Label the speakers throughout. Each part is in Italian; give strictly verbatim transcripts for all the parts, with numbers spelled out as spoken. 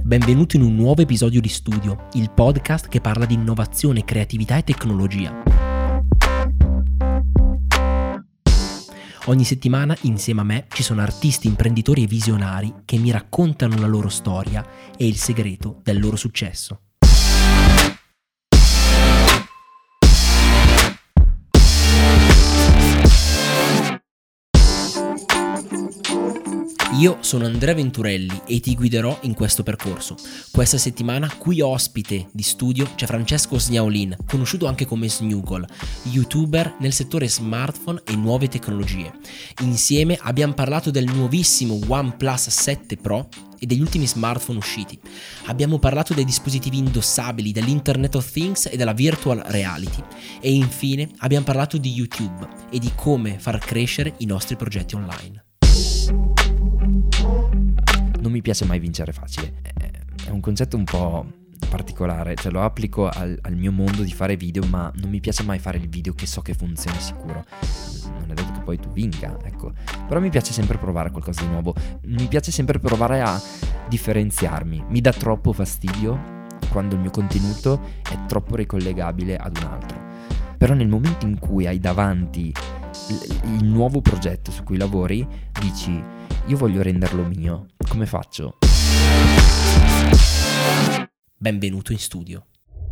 Speaker 1: Benvenuto in un nuovo episodio di Studio, il podcast che parla di innovazione, creatività e tecnologia. Ogni settimana insieme a me ci sono artisti, imprenditori e visionari che mi raccontano la loro storia e il segreto del loro successo. Io sono Andrea Venturelli e ti guiderò in questo percorso. Questa settimana qui ospite di Studio c'è Francesco Sgnaolin, conosciuto anche come Snugol, youtuber nel settore smartphone e nuove tecnologie. Insieme abbiamo parlato del nuovissimo OnePlus sette Pro e degli ultimi smartphone usciti. Abbiamo parlato dei dispositivi indossabili, dell'Internet of Things e della virtual reality. E infine abbiamo parlato di YouTube e di come far crescere i nostri progetti online.
Speaker 2: Non mi piace mai vincere facile, è un concetto un po' particolare, cioè lo applico al, al mio mondo di fare video, ma non mi piace mai fare il video che so che funziona sicuro. Non è detto che poi tu vinca, ecco, però mi piace sempre provare qualcosa di nuovo, mi piace sempre provare a differenziarmi. Mi dà troppo fastidio quando il mio contenuto è troppo ricollegabile ad un altro, però nel momento in cui hai davanti il nuovo progetto su cui lavori, dici: io voglio renderlo mio, come faccio?
Speaker 1: Benvenuto in studio.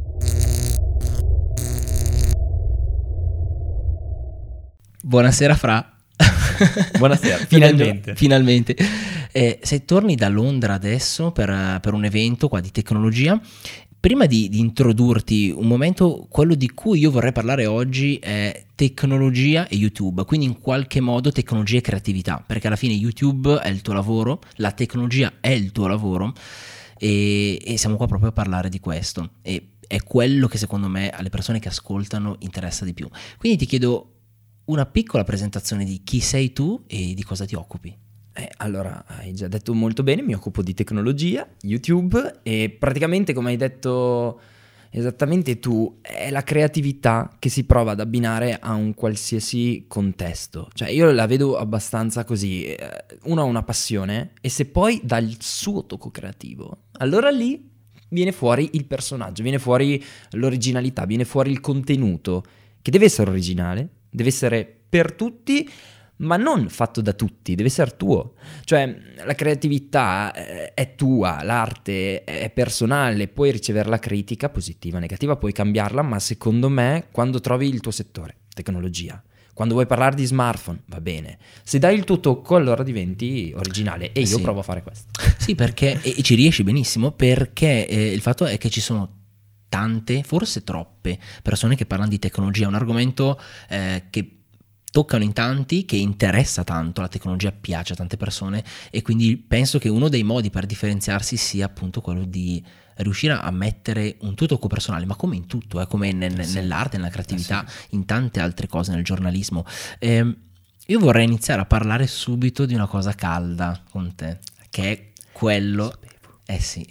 Speaker 1: Buonasera Fra.
Speaker 2: Buonasera, finalmente.
Speaker 1: Finalmente. Eh, se torni da Londra adesso per, per un evento qua di tecnologia, prima di, di introdurti un momento, quello di cui io vorrei parlare oggi è tecnologia e YouTube, quindi in qualche modo tecnologia e creatività, perché alla fine YouTube è il tuo lavoro, la tecnologia è il tuo lavoro e, e siamo qua proprio a parlare di questo e è quello che secondo me alle persone che ascoltano interessa di più. Quindi ti chiedo una piccola presentazione di chi sei tu e di cosa ti occupi.
Speaker 2: Eh, allora, hai già detto molto bene, mi occupo di tecnologia, YouTube, e praticamente, come hai detto esattamente tu, è la creatività che si prova ad abbinare a un qualsiasi contesto. Cioè io la vedo abbastanza così, uno ha una passione e se poi dà il suo tocco creativo, allora lì viene fuori il personaggio, viene fuori l'originalità, viene fuori il contenuto, che deve essere originale, deve essere per tutti, ma non fatto da tutti, deve essere tuo. Cioè la creatività è tua, l'arte è personale, puoi ricevere la critica positiva, negativa, puoi cambiarla, ma secondo me quando trovi il tuo settore, tecnologia, quando vuoi parlare di smartphone, va bene. Se dai il tuo tocco, allora diventi originale e io
Speaker 1: sì.
Speaker 2: provo a fare questo.
Speaker 1: Sì, perché e ci riesci benissimo, perché eh, il fatto è che ci sono tante, forse troppe persone che parlano di tecnologia, un argomento eh, che toccano in tanti, che interessa tanto, la tecnologia piace a tante persone e quindi penso che uno dei modi per differenziarsi sia appunto quello di riuscire a mettere un tuo tocco personale, ma come in tutto, eh, come nel, sì. nell'arte, nella creatività, sì. in tante altre cose, nel giornalismo. Eh, io vorrei iniziare a parlare subito di una cosa calda con te, che è quello... Eh sì.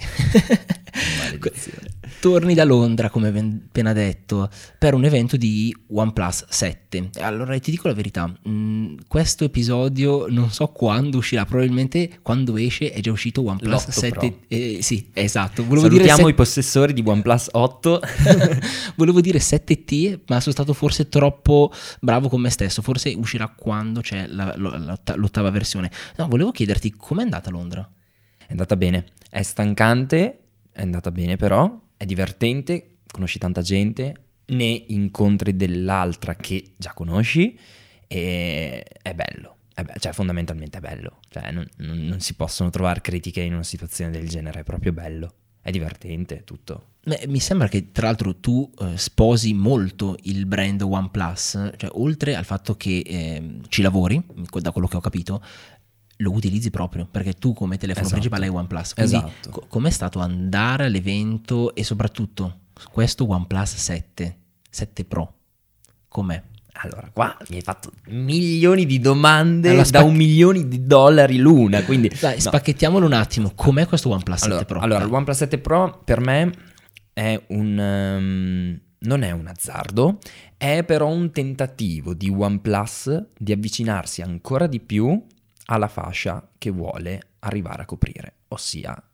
Speaker 1: Torni da Londra, come appena detto, per un evento di OnePlus sette. Allora ti dico la verità, mh, questo episodio non so quando uscirà, probabilmente quando esce è già uscito OnePlus sette. Eh, sì, esatto. Volevo
Speaker 2: Salutiamo
Speaker 1: dire set...
Speaker 2: i possessori di OnePlus otto.
Speaker 1: Volevo dire sette T, ma sono stato forse troppo bravo con me stesso. Forse uscirà quando c'è la, la, l'ottava versione. No, volevo chiederti com'è andata Londra?
Speaker 2: È andata bene, è stancante, è andata bene però, è divertente, conosci tanta gente, ne incontri dell'altra che già conosci e è bello, è be- cioè fondamentalmente è bello, cioè non, non, non si possono trovare critiche in una situazione del genere, è proprio bello, è divertente tutto.
Speaker 1: Beh, mi sembra che tra l'altro tu eh, sposi molto il brand OnePlus, cioè oltre al fatto che eh, ci lavori, da quello che ho capito, lo utilizzi proprio, perché tu come telefono
Speaker 2: esatto.
Speaker 1: principale hai OnePlus, quindi
Speaker 2: esatto.
Speaker 1: co- com'è stato andare all'evento e soprattutto questo OnePlus sette, sette Pro, com'è?
Speaker 2: Allora, qua mi hai fatto milioni di domande allora,
Speaker 1: spac-
Speaker 2: da un milione di dollari l'una, quindi...
Speaker 1: Dai,
Speaker 2: no.
Speaker 1: Spacchettiamolo un attimo, com'è questo OnePlus
Speaker 2: allora,
Speaker 1: sette Pro?
Speaker 2: Allora, il OnePlus sette Pro per me è un... Um, non è un azzardo, è però un tentativo di OnePlus di avvicinarsi ancora di più alla fascia che vuole arrivare a coprire, ossia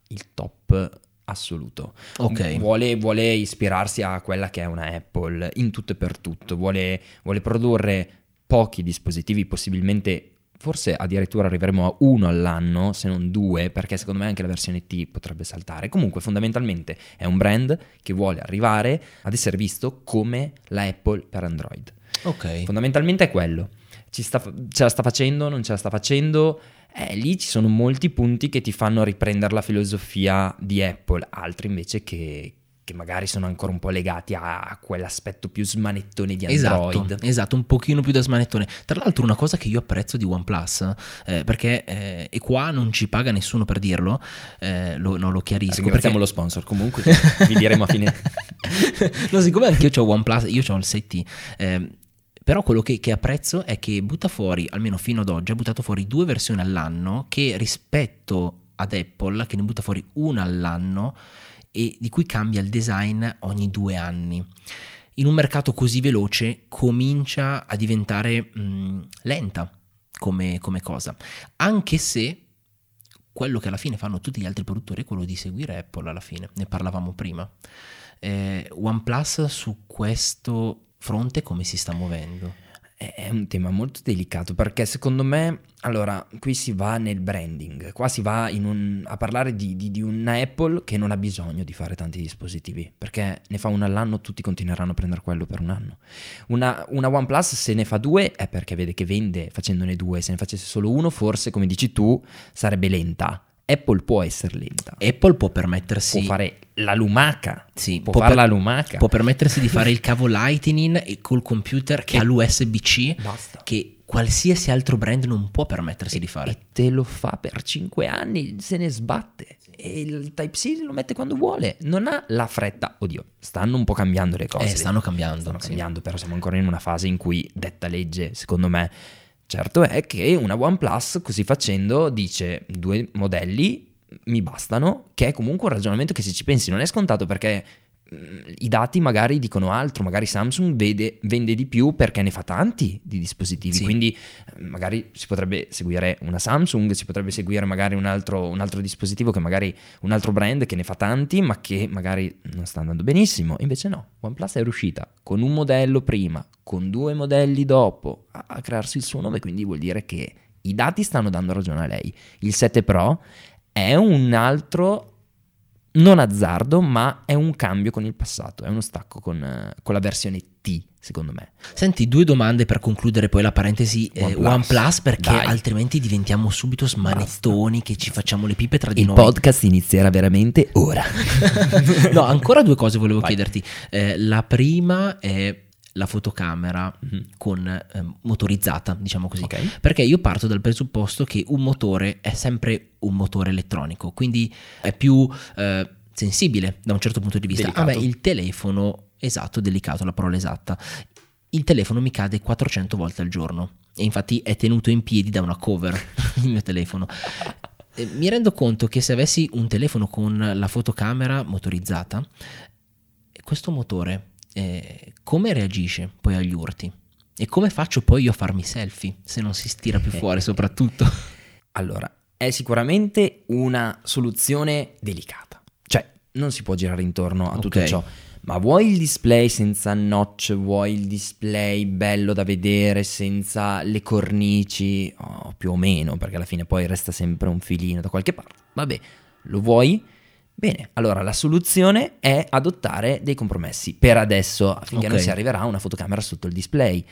Speaker 2: il top assoluto.
Speaker 1: Ok.
Speaker 2: Vuole, vuole ispirarsi a quella che è una Apple in tutto e per tutto, vuole, vuole produrre pochi dispositivi, possibilmente forse addirittura arriveremo a uno all'anno, se non due, perché secondo me anche la versione T potrebbe saltare. Comunque fondamentalmente è un brand che vuole arrivare ad essere visto come la Apple per Android.
Speaker 1: Ok.
Speaker 2: Fondamentalmente è quello. Ci sta, ce la sta facendo, non ce la sta facendo? Eh, lì ci sono molti punti che ti fanno riprendere la filosofia di Apple, altri invece che, che magari sono ancora un po' legati a quell'aspetto più smanettone di Android.
Speaker 1: Esatto, esatto, un pochino più da smanettone. Tra l'altro una cosa che io apprezzo di OnePlus, eh, perché, eh, e qua non ci paga nessuno per dirlo, eh, lo, no, lo chiarisco.
Speaker 2: Ringraziamo
Speaker 1: perché...
Speaker 2: lo sponsor, comunque vi diremo a fine.
Speaker 1: No, siccome anche io ho OnePlus, io ho il sei T, eh, però quello che, che apprezzo è che butta fuori, almeno fino ad oggi, ha buttato fuori due versioni all'anno che rispetto ad Apple, che ne butta fuori una all'anno e di cui cambia il design ogni due anni. In un mercato così veloce comincia a diventare mh, lenta come, come cosa, anche se quello che alla fine fanno tutti gli altri produttori è quello di seguire Apple alla fine, ne parlavamo prima. Eh, OnePlus su questo fronte come si sta muovendo?
Speaker 2: È un tema molto delicato perché secondo me, allora, qui si va nel branding, qua si va in un, a parlare di, di, di una Apple che non ha bisogno di fare tanti dispositivi, perché ne fa uno all'anno, tutti continueranno a prendere quello per un anno. Una, una OnePlus se ne fa due è perché vede che vende facendone due, se ne facesse solo uno forse, come dici tu, sarebbe lenta. Apple può essere lenta.
Speaker 1: Apple può permettersi...
Speaker 2: Può fare la lumaca.
Speaker 1: Sì,
Speaker 2: può,
Speaker 1: può
Speaker 2: fare
Speaker 1: per-
Speaker 2: la lumaca.
Speaker 1: Può permettersi di fare il cavo Lightning e col computer che
Speaker 2: E-
Speaker 1: ha l'U S B C,
Speaker 2: Basta.
Speaker 1: che qualsiasi altro brand non può permettersi di fare.
Speaker 2: E te lo fa per cinque anni, se ne sbatte. E il Type-C lo mette quando vuole. Non ha la fretta. Oddio, stanno un po' cambiando le cose.
Speaker 1: Eh, stanno cambiando.
Speaker 2: Stanno
Speaker 1: sì.
Speaker 2: cambiando, però siamo ancora in una fase in cui detta legge, secondo me. Certo è che una OnePlus, così facendo, dice due modelli mi bastano, che è comunque un ragionamento che se ci pensi non è scontato, perché mh, i dati magari dicono altro, magari Samsung vede, vende di più perché ne fa tanti di dispositivi,
Speaker 1: Sì.
Speaker 2: quindi eh, magari si potrebbe seguire una Samsung, si potrebbe seguire magari un altro, un altro dispositivo che magari un altro brand che ne fa tanti ma che magari non sta andando benissimo. Invece no, OnePlus è riuscita con un modello prima, con due modelli dopo a, a crearsi il suo nome, quindi vuol dire che i dati stanno dando ragione a lei. Il sette Pro è un altro, non azzardo, ma è un cambio con il passato, è uno stacco con, eh, con la versione T, secondo me.
Speaker 1: Senti, due domande per concludere poi la parentesi eh,
Speaker 2: OnePlus.
Speaker 1: OnePlus, perché
Speaker 2: Dai.
Speaker 1: altrimenti diventiamo subito smanettoni che ci facciamo le pipe tra di
Speaker 2: Il
Speaker 1: noi.
Speaker 2: podcast inizierà veramente ora.
Speaker 1: No, ancora due cose volevo
Speaker 2: Vai.
Speaker 1: chiederti. Eh, la prima è la fotocamera
Speaker 2: Mhm.
Speaker 1: con eh, motorizzata, diciamo così.
Speaker 2: Ok.
Speaker 1: Perché io parto dal presupposto che un motore è sempre un motore elettronico, quindi è più eh, sensibile da un certo punto di vista.
Speaker 2: Delicato.
Speaker 1: Ah, beh, il telefono, esatto, delicato, la parola esatta. Il telefono mi cade quattrocento volte al giorno e infatti è tenuto in piedi da una cover il mio telefono. Eh, Mi rendo conto che se avessi un telefono con la fotocamera motorizzata, questo motore eh, come reagisce poi agli urti? E come faccio poi io a farmi selfie se non si stira più fuori soprattutto?
Speaker 2: Allora, è sicuramente una soluzione delicata. Cioè, non si può girare intorno a tutto
Speaker 1: Ok.
Speaker 2: ciò. Ma vuoi il display senza notch? Vuoi il display bello da vedere senza le cornici? Oh, più o meno, perché alla fine poi resta sempre un filino da qualche parte. Vabbè, lo vuoi? Bene, allora la soluzione è adottare dei compromessi per adesso, affinché
Speaker 1: Ok.
Speaker 2: non si arriverà a una fotocamera sotto il display.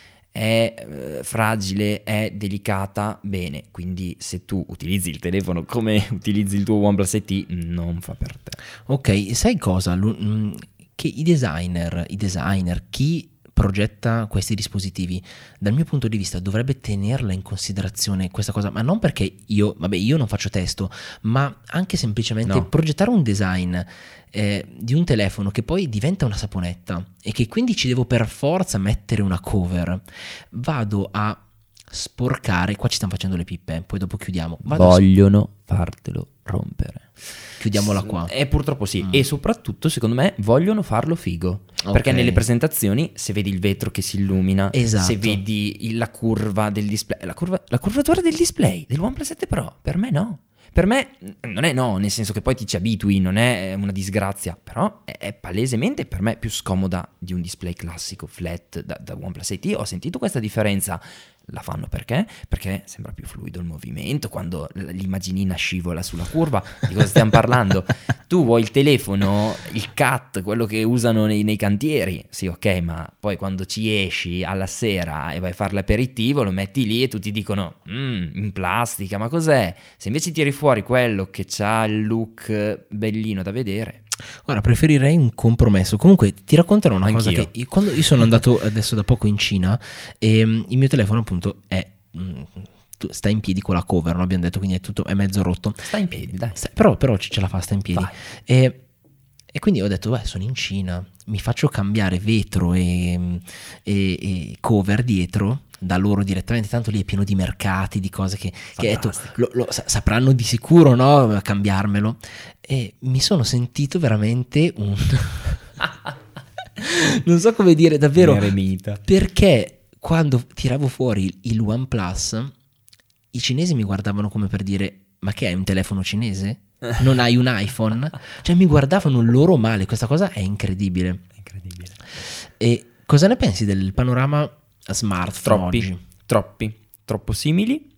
Speaker 2: È eh, fragile, è delicata, bene, quindi se tu utilizzi il telefono come utilizzi il tuo OnePlus sei T, non fa per te.
Speaker 1: Ok, sai cosa? Lu- mm, Che i designer, i designer, chi progetta questi dispositivi, dal mio punto di vista dovrebbe tenerla in considerazione questa cosa, ma non perché io, vabbè, io non faccio testo, ma anche semplicemente
Speaker 2: No.
Speaker 1: progettare un design eh, di un telefono che poi diventa una saponetta e che quindi ci devo per forza mettere una cover. Vado a sporcare, qua ci stanno facendo le pippe, eh, poi dopo chiudiamo. Vado a
Speaker 2: Vogliono fartelo rompere.
Speaker 1: Chiudiamola qua.
Speaker 2: E purtroppo sì.
Speaker 1: Mm.
Speaker 2: E soprattutto, secondo me, vogliono farlo figo.
Speaker 1: Ok.
Speaker 2: Perché nelle presentazioni, se vedi il vetro che si illumina,
Speaker 1: Esatto.
Speaker 2: se vedi il- la curva del display, la, curva, la curvatura del display del OnePlus sette Pro, per me no. Per me non è no, nel senso che poi ti ci abitui, non è una disgrazia, però è, è palesemente per me più scomoda di un display classico flat da, da OnePlus sei T. Ho sentito questa differenza. La fanno perché? Perché sembra più fluido il movimento quando l'immaginina scivola sulla curva. Di cosa stiamo parlando? Tu vuoi il telefono, il C A T, quello che usano nei, nei cantieri, sì ok, ma poi quando ci esci alla sera e vai a fare l'aperitivo lo metti lì e tutti dicono mm, in plastica, ma cos'è? Se invece tiri fuori quello che ha il look bellino da vedere.
Speaker 1: Guarda, preferirei un compromesso. Comunque ti racconterò una
Speaker 2: Anch'io.
Speaker 1: cosa che io, quando io sono andato adesso da poco in Cina e um, il mio telefono appunto è mm, sta in piedi con la cover, no? Abbiamo detto, quindi è tutto è mezzo rotto.
Speaker 2: Sta in piedi, dai.
Speaker 1: Sta, però, però ce la fa, sta in piedi. E, e quindi ho detto, beh, sono in Cina, mi faccio cambiare vetro e, e, e cover dietro da loro direttamente, tanto lì è pieno di mercati, di cose che, che detto, lo, lo, sapranno di sicuro, no, cambiarmelo. E mi sono sentito veramente un non so come dire, davvero, perché quando tiravo fuori il OnePlus i cinesi mi guardavano come per dire, ma che hai un telefono cinese? Non hai un iPhone? Cioè mi guardavano loro male, questa cosa è incredibile.
Speaker 2: Incredibile.
Speaker 1: E cosa ne pensi del panorama smartphone
Speaker 2: troppi,
Speaker 1: oggi?
Speaker 2: Troppi, troppo simili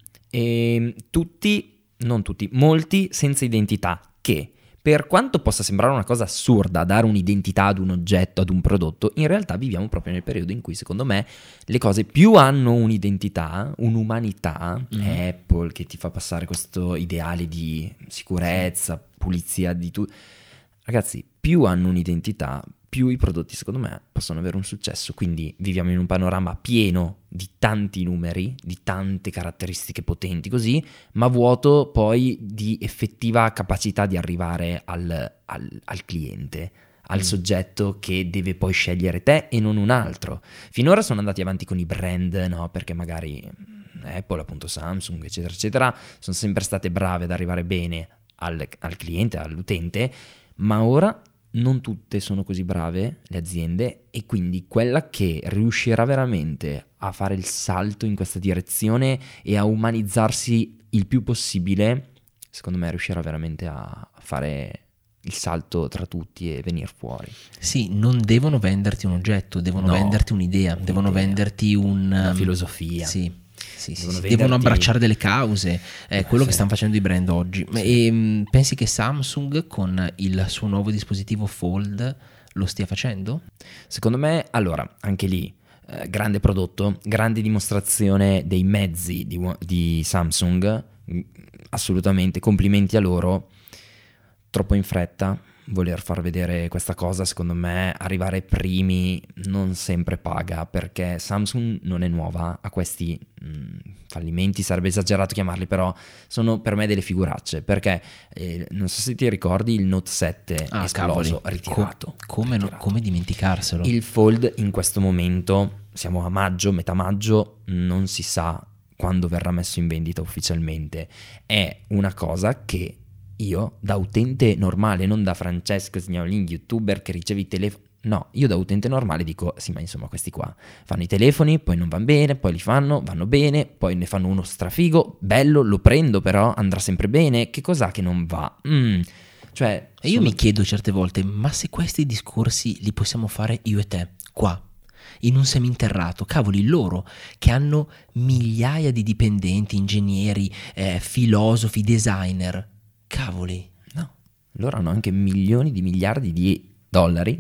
Speaker 2: e tutti, non tutti, molti senza identità, che per quanto possa sembrare una cosa assurda dare un'identità ad un oggetto, ad un prodotto, in realtà viviamo proprio nel periodo in cui secondo me le cose più hanno un'identità, un'umanità, mm. è Apple che ti fa passare questo ideale di sicurezza, pulizia di tutto. Ragazzi, più hanno un'identità, più i prodotti secondo me possono avere un successo. Quindi viviamo in un panorama pieno di tanti numeri, di tante caratteristiche potenti così, ma vuoto poi di effettiva capacità di arrivare al, al, al cliente, al mm. soggetto che deve poi scegliere te e non un altro. Finora sono andati avanti con i brand, no? Perché magari Apple, appunto Samsung, eccetera, eccetera, sono sempre state brave ad arrivare bene al, al cliente, all'utente, ma ora non tutte sono così brave le aziende e quindi quella che riuscirà veramente a fare il salto in questa direzione e a umanizzarsi il più possibile, secondo me riuscirà veramente a fare il salto tra tutti e venire fuori.
Speaker 1: Sì, non devono venderti un oggetto, devono
Speaker 2: no,
Speaker 1: un'idea, un'idea, devono venderti un,
Speaker 2: una filosofia.
Speaker 1: Sì. Sì, sì,
Speaker 2: devono,
Speaker 1: sì. devono abbracciare delle cause, è eh, quello sì. che stanno facendo i brand oggi. Sì. E mh, pensi che Samsung con il suo nuovo dispositivo Fold lo stia facendo?
Speaker 2: Secondo me, allora, anche lì, eh, grande prodotto, grande dimostrazione dei mezzi di, di Samsung, assolutamente, complimenti a loro. Troppo in fretta voler far vedere questa cosa, secondo me arrivare primi non sempre paga, perché Samsung non è nuova a questi mh, fallimenti, sarebbe esagerato chiamarli, però sono per me delle figuracce, perché eh, non so se ti ricordi il Note sette
Speaker 1: ah,
Speaker 2: esploso,
Speaker 1: cavoli.
Speaker 2: ritirato,
Speaker 1: Co- come,
Speaker 2: ritirato.
Speaker 1: No, come dimenticarselo?
Speaker 2: Il Fold in questo momento, siamo a maggio, metà maggio, non si sa quando verrà messo in vendita ufficialmente, è una cosa che io da utente normale, non da Francesco Sgnolin, youtuber che riceve i telefoni, no, io da utente normale dico sì, ma insomma questi qua fanno i telefoni, poi non vanno bene, poi li fanno, vanno bene, poi ne fanno uno strafigo, bello, lo prendo però, andrà sempre bene, che cos'ha che non va? Mm. Cioè,
Speaker 1: e io sono... mi chiedo certe volte, ma se questi discorsi li possiamo fare io e te, qua, in un seminterrato, cavoli, loro che hanno migliaia di dipendenti, ingegneri, eh, filosofi, designer, cavoli,
Speaker 2: no, loro hanno anche milioni di miliardi di dollari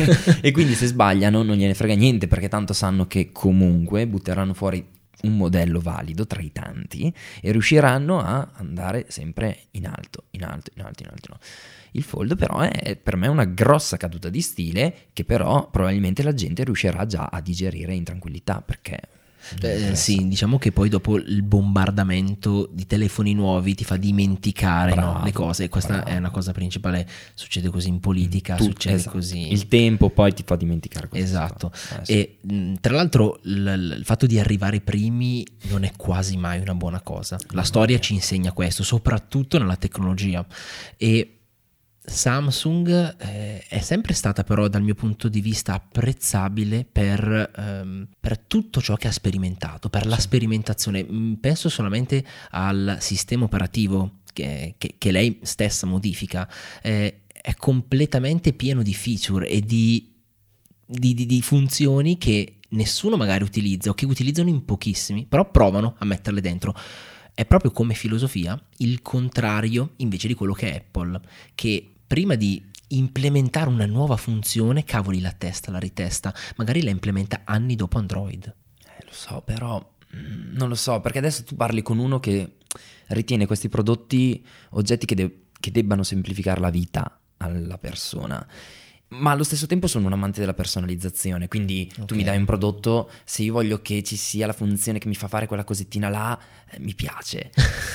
Speaker 2: e quindi se sbagliano non gliene frega niente, perché tanto sanno che comunque butteranno fuori un modello valido tra i tanti e riusciranno a andare sempre in alto, in alto, in alto, in alto. Il Fold però è per me una grossa caduta di stile che però probabilmente la gente riuscirà già a digerire in tranquillità, perché
Speaker 1: Eh, sì, diciamo che poi dopo il bombardamento di telefoni nuovi ti fa dimenticare bravo, no, le cose. Questa bravo. È una cosa principale, succede così in politica, tu, succede
Speaker 2: esatto.
Speaker 1: così.
Speaker 2: Il tempo poi ti fa dimenticare questo.
Speaker 1: Esatto. Eh, sì. E mh, tra l'altro l- il fatto di arrivare ai primi non è quasi mai una buona cosa. La storia ci insegna questo, soprattutto nella tecnologia. E Samsung eh, è sempre stata però dal mio punto di vista apprezzabile per, ehm, per tutto ciò che ha sperimentato, per la sperimentazione. Penso solamente al sistema operativo che, che, che lei stessa modifica, eh, è completamente pieno di feature e di, di, di, di funzioni che nessuno magari utilizza o che utilizzano in pochissimi, però provano a metterle dentro. È proprio come filosofia il contrario invece di quello che è Apple, che prima di implementare una nuova funzione, cavoli, la testa, la ritesta, magari la implementa anni dopo Android.
Speaker 2: Eh, lo so, però mh, non lo so, perché adesso tu parli con uno che ritiene questi prodotti oggetti che, de- che debbano semplificare la vita alla persona, ma allo stesso tempo sono un amante della personalizzazione, quindi okay. Tu mi dai un prodotto, se io voglio che ci sia la funzione che mi fa fare quella cosettina là, eh, mi piace.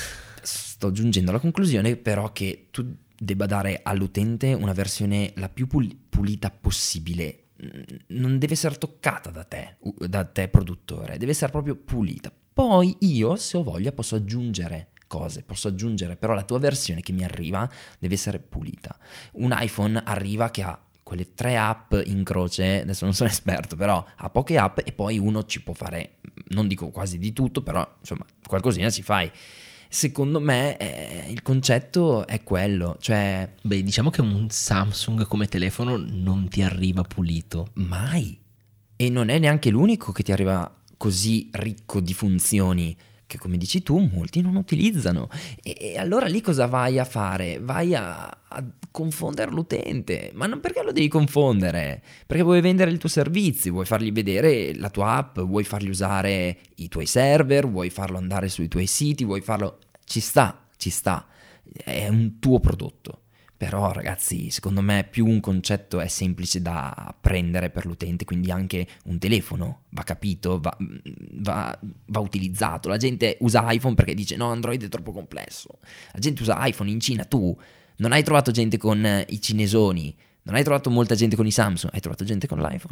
Speaker 2: Sto giungendo alla conclusione però che tu debba dare all'utente una versione la più pul- pulita possibile. Non deve essere toccata da te, da te produttore, deve essere proprio pulita. Poi io, se ho voglia, posso aggiungere cose, posso aggiungere, però la tua versione che mi arriva deve essere pulita. Un iPhone arriva che ha quelle tre app in croce, adesso non sono esperto, però ha poche app e poi uno ci può fare, non dico quasi di tutto, però insomma qualcosina ci fai. Secondo me eh, il concetto è quello, cioè...
Speaker 1: Beh, diciamo che un Samsung come telefono non ti arriva pulito.
Speaker 2: Mai. E non è neanche l'unico che ti arriva così ricco di funzioni, che come dici tu molti non utilizzano. E, e allora lì cosa vai a fare? Vai a, a confondere l'utente. Ma non perché lo devi confondere? Perché vuoi vendere il tuo servizio, vuoi fargli vedere la tua app, vuoi fargli usare i tuoi server, vuoi farlo andare sui tuoi siti, vuoi farlo... Ci sta, ci sta. È un tuo prodotto. Però ragazzi, secondo me più un concetto è semplice da prendere per l'utente, quindi anche un telefono va capito, va, va, va utilizzato. La gente usa iPhone perché dice no, Android è troppo complesso. La gente usa iPhone in Cina, tu non hai trovato gente con i cinesoni, non hai trovato molta gente con i Samsung, hai trovato gente con l'iPhone.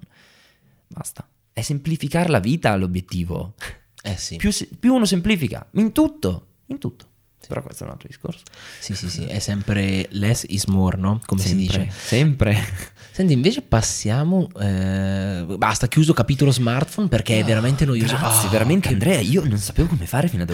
Speaker 2: Basta. È semplificare la vita l'obiettivo.
Speaker 1: Eh sì.
Speaker 2: Più, più uno semplifica, in tutto, in tutto. Però questo è un altro discorso.
Speaker 1: Sì, sì, sì, è sempre less is more, no? Come
Speaker 2: sempre,
Speaker 1: si dice.
Speaker 2: Sempre.
Speaker 1: Senti, invece passiamo... Eh, basta, chiuso capitolo smartphone perché è veramente noioso.
Speaker 2: Grazie,
Speaker 1: oh,
Speaker 2: veramente
Speaker 1: che...
Speaker 2: Andrea, io non sapevo come fare fino ad